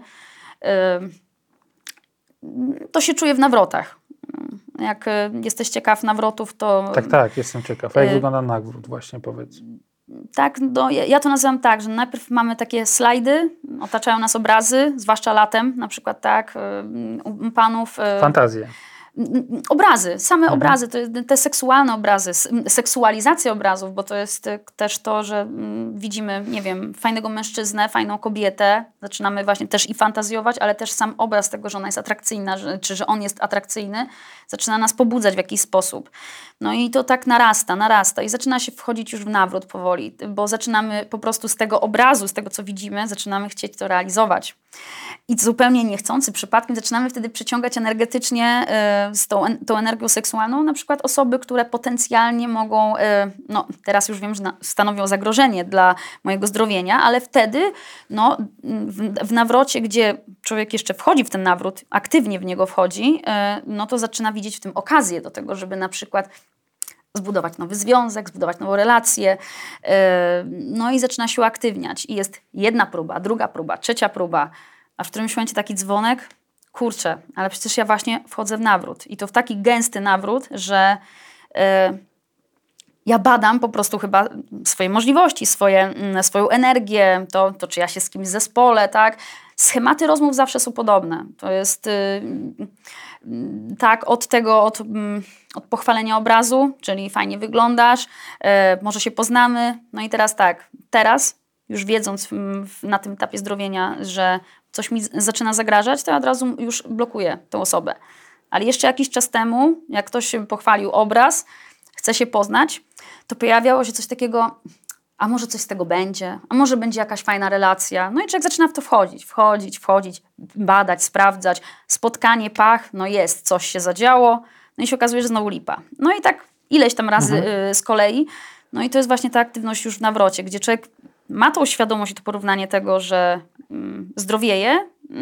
To się czuje w nawrotach. Jak jesteś ciekaw nawrotów, to... Tak, tak, jestem ciekaw. A jak y- wygląda nawrót właśnie, powiedz? Tak, no, ja to nazywam tak, że najpierw mamy takie slajdy, otaczają nas obrazy, zwłaszcza latem, na przykład tak, u panów... Fantazje. Obrazy, same mhm. obrazy, to, te seksualne obrazy, seksualizacja obrazów, bo to jest też to, że widzimy, nie wiem, fajnego mężczyznę, fajną kobietę, zaczynamy właśnie też i fantazjować, ale też sam obraz tego, że ona jest atrakcyjna, że, czy że on jest atrakcyjny, zaczyna nas pobudzać w jakiś sposób. No i to tak narasta, narasta i zaczyna się wchodzić już w nawrót powoli, bo zaczynamy po prostu z tego obrazu, z tego, co widzimy, zaczynamy chcieć to realizować. I zupełnie niechcący, przypadkiem zaczynamy wtedy przyciągać energetycznie y, z tą, tą energią seksualną na przykład osoby, które potencjalnie mogą, y, no teraz już wiem, że na, stanowią zagrożenie dla mojego zdrowienia, ale wtedy no, w, w nawrocie, gdzie człowiek jeszcze wchodzi w ten nawrót, aktywnie w niego wchodzi, y, no to zaczyna widzieć w tym okazję do tego, żeby na przykład zbudować nowy związek, zbudować nową relację, yy, no i zaczyna się uaktywniać. I jest jedna próba, druga próba, trzecia próba, a w którymś momencie taki dzwonek, kurczę, ale przecież ja właśnie wchodzę w nawrót. I to w taki gęsty nawrót, że yy, ja badam po prostu chyba swoje możliwości, swoje, yy, swoją energię, to, to czy ja się z kimś zespolę, tak? Schematy rozmów zawsze są podobne. To jest yy, yy, tak od tego, od, yy, od pochwalenia obrazu, czyli fajnie wyglądasz, yy, może się poznamy. No i teraz tak, teraz już wiedząc w, na tym etapie zdrowienia, że coś mi zaczyna zagrażać, to ja od razu już blokuję tę osobę. Ale jeszcze jakiś czas temu, jak ktoś pochwalił obraz, chce się poznać, to pojawiało się coś takiego, a może coś z tego będzie, a może będzie jakaś fajna relacja. No i człowiek zaczyna w to wchodzić, wchodzić, wchodzić, badać, sprawdzać. Spotkanie, pach, no jest, coś się zadziało. No i się okazuje, że znowu lipa. No i tak ileś tam razy mhm. y, z kolei. No i to jest właśnie ta aktywność już w nawrocie, gdzie człowiek ma tą świadomość i to porównanie tego, że y, zdrowieje, y,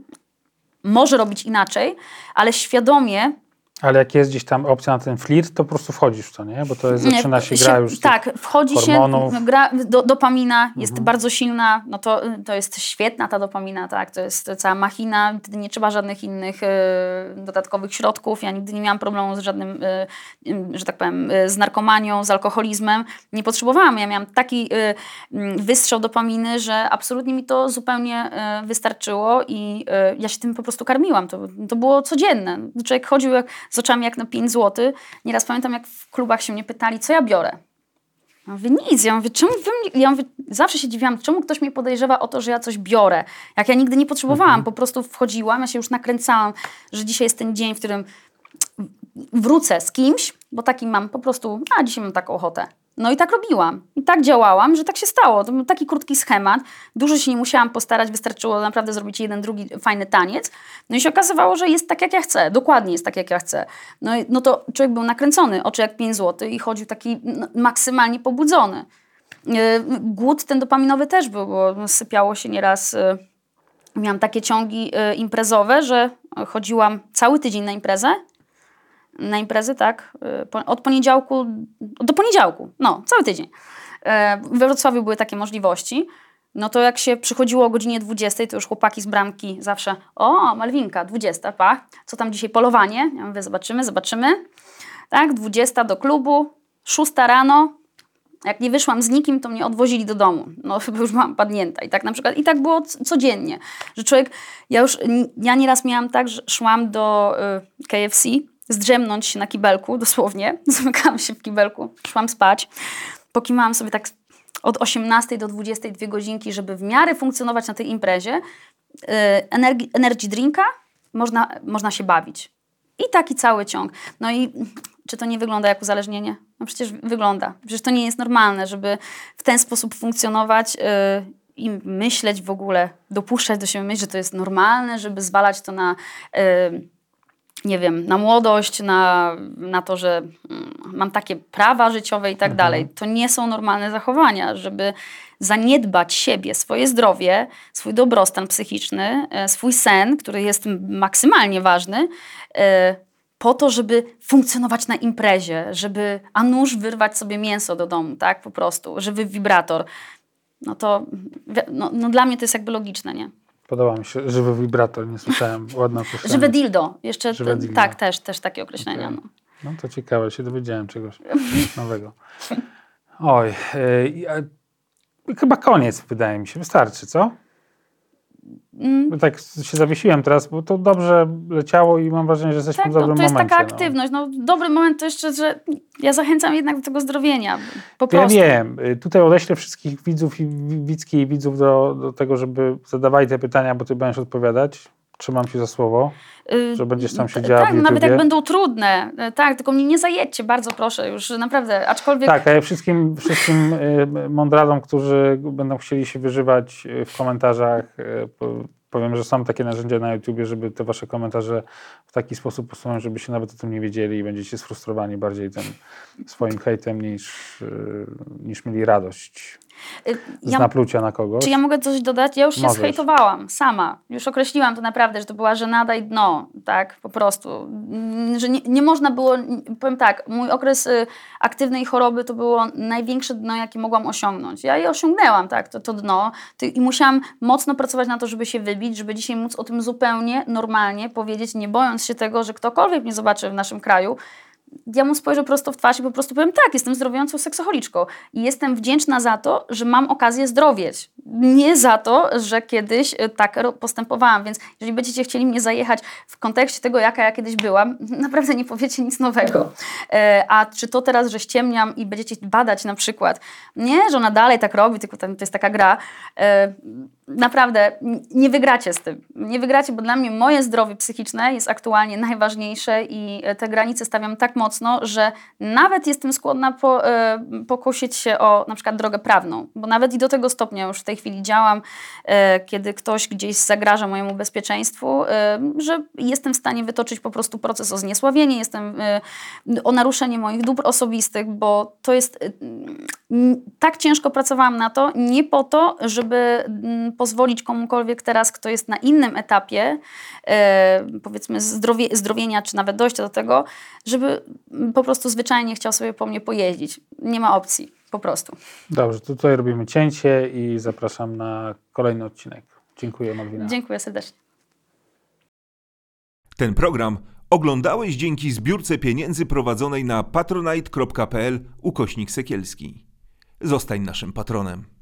może robić inaczej, ale świadomie. Ale jak jest gdzieś tam opcja na ten flirt, to po prostu wchodzisz w to, nie? Bo to jest, zaczyna się, się gra już tak, wchodzi hormonów. się, gra, do, dopamina jest mhm. bardzo silna, no to, to jest świetna ta dopamina, tak, to jest cała machina, wtedy nie trzeba żadnych innych y, dodatkowych środków, ja nigdy nie miałam problemu z żadnym, y, y, że tak powiem, y, z narkomanią, z alkoholizmem, nie potrzebowałam, ja miałam taki y, y, wystrzał dopaminy, że absolutnie mi to zupełnie y, wystarczyło i y, ja się tym po prostu karmiłam, to, to było codzienne, człowiek chodził jak z oczami jak na pięć złotych. Nieraz pamiętam, jak w klubach się mnie pytali, co ja biorę. Ja mówię, nic. Ja mówię, czemu wy mnie... ja mówię, zawsze się dziwiłam, czemu ktoś mnie podejrzewa o to, że ja coś biorę. Jak ja nigdy nie potrzebowałam, mhm. po prostu wchodziłam, ja się już nakręcałam, że dzisiaj jest ten dzień, w którym wrócę z kimś, bo taki mam po prostu, a dzisiaj mam taką ochotę. No i tak robiłam. I tak działałam, że tak się stało. To był taki krótki schemat. Dużo się nie musiałam postarać, wystarczyło naprawdę zrobić jeden, drugi fajny taniec. No i się okazywało, że jest tak, jak ja chcę. Dokładnie jest tak, jak ja chcę. No, i, no to człowiek był nakręcony, oczy jak pięć złotych i chodził taki no, maksymalnie pobudzony. Yy, głód ten dopaminowy też był, bo sypiało się nieraz. Yy, miałam takie ciągi yy, imprezowe, że chodziłam cały tydzień na imprezę. Na imprezy, tak, od poniedziałku do poniedziałku, no, cały tydzień. We Wrocławiu były takie możliwości, no to jak się przychodziło o godzinie dwudziestej, to już chłopaki z bramki zawsze, o, Malwinka, dwudziesta, pach, co tam dzisiaj, polowanie? Ja mówię, zobaczymy, zobaczymy. Tak, dwudziesta do klubu, szósta rano, jak nie wyszłam z nikim, to mnie odwozili do domu. No chyba już byłam padnięta. I tak na przykład, i tak było codziennie, że człowiek, ja już, ja nieraz miałam tak, że szłam do y, K F C, zdrzemnąć się na kibelku, dosłownie. Zamykałam się w kibelku, szłam spać. Pokimałam sobie tak od osiemnastej do dwudziestej dwie godzinki, żeby w miarę funkcjonować na tej imprezie. Energi, energy drinka, można, można się bawić. I taki cały ciąg. No i czy to nie wygląda jak uzależnienie? No przecież wygląda. Przecież to nie jest normalne, żeby w ten sposób funkcjonować yy, i myśleć w ogóle, dopuszczać do siebie myśl, że to jest normalne, żeby zwalać to na... Yy, nie wiem, na młodość, na, na to, że mm, mam takie prawa życiowe i tak mhm. dalej. To nie są normalne zachowania, żeby zaniedbać siebie, swoje zdrowie, swój dobrostan psychiczny, e, swój sen, który jest maksymalnie ważny, e, po to, żeby funkcjonować na imprezie, żeby a nuż wyrwać sobie mięso do domu, tak, po prostu, żywy wibrator. No to no, no dla mnie to jest jakby logiczne, nie? Podoba mi się żywy wibrator, nie słyszałem, ładne określenie. Żywe dildo, jeszcze Żywe dildo. Tak, też, też takie określenia. Okay. No. no to ciekawe, się dowiedziałem czegoś nowego. Oj, yy, chyba koniec, wydaje mi się, wystarczy, co? Mm. Tak się zawiesiłem teraz, bo to dobrze leciało i mam wrażenie, że jesteśmy tak, w dobrym momencie. To jest momencie, taka aktywność. No. No, dobry moment to jeszcze, że ja zachęcam jednak do tego zdrowienia. Po prostu. Ja wiem. Tutaj odeślę wszystkich widzów i widzki i widzów do, do tego, żeby zadawali te pytania, bo ty będziesz odpowiadać. Trzymam się za słowo, yy, że będziesz tam siedziała tak, w YouTubie. Nawet jak będą trudne. Tak, tylko mnie nie zajedźcie, bardzo proszę, już naprawdę, aczkolwiek... Tak, a ja wszystkim, wszystkim mądralom, którzy będą chcieli się wyżywać w komentarzach powiem, że są takie narzędzia na YouTubie, żeby te wasze komentarze w taki sposób usunąć, żeby się nawet o tym nie wiedzieli i będziecie sfrustrowani bardziej tym swoim hejtem niż, niż mieli radość z Ja- naplucia na kogoś. Czy ja mogę coś dodać? Ja już się Możesz. zhejtowałam sama. Już określiłam to naprawdę, że to była żenada i dno, tak, po prostu. Mm, Że nie, nie można było, powiem tak, mój okres y, aktywnej choroby to było największe dno, jakie mogłam osiągnąć. Ja je osiągnęłam, tak, to, to dno Ty, i musiałam mocno pracować na to, żeby się wybić, żeby dzisiaj móc o tym zupełnie normalnie powiedzieć, nie bojąc się tego, że ktokolwiek mnie zobaczy w naszym kraju, ja mu spojrzę prosto w twarz i po prostu powiem tak, jestem zdrowiejącą seksocholiczką i jestem wdzięczna za to, że mam okazję zdrowieć. Nie za to, że kiedyś y, tak ro- postępowałam, więc jeżeli będziecie chcieli mnie zajechać w kontekście tego, jaka ja kiedyś byłam, naprawdę nie powiecie nic nowego. E, a czy to teraz, że ściemniam i będziecie badać na przykład, nie, że ona dalej tak robi, tylko tam, to jest taka gra, e, naprawdę n- nie wygracie z tym. Nie wygracie, bo dla mnie moje zdrowie psychiczne jest aktualnie najważniejsze i e, te granice stawiam tak mocno, że nawet jestem skłonna po, e, pokusić się o na przykład drogę prawną, bo nawet i do tego stopnia już w tej chwili działam, e, kiedy ktoś gdzieś zagraża mojemu bezpieczeństwu, e, że jestem w stanie wytoczyć po prostu proces o zniesławienie, jestem e, o naruszenie moich dóbr osobistych, bo to jest... E, m, tak ciężko pracowałam na to, nie po to, żeby m, pozwolić komukolwiek teraz, kto jest na innym etapie, e, powiedzmy zdrowie, zdrowienia, czy nawet dojścia do tego, żeby m, po prostu zwyczajnie chciał sobie po mnie pojeździć. Nie ma opcji, po prostu. Dobrze, to tutaj robimy cięcie i zapraszam na kolejny odcinek. Dziękuję, Malwina. Dziękuję serdecznie. Ten program oglądałeś dzięki zbiórce pieniędzy prowadzonej na patronite kropka pl ukośnik Sekielski. Zostań naszym patronem.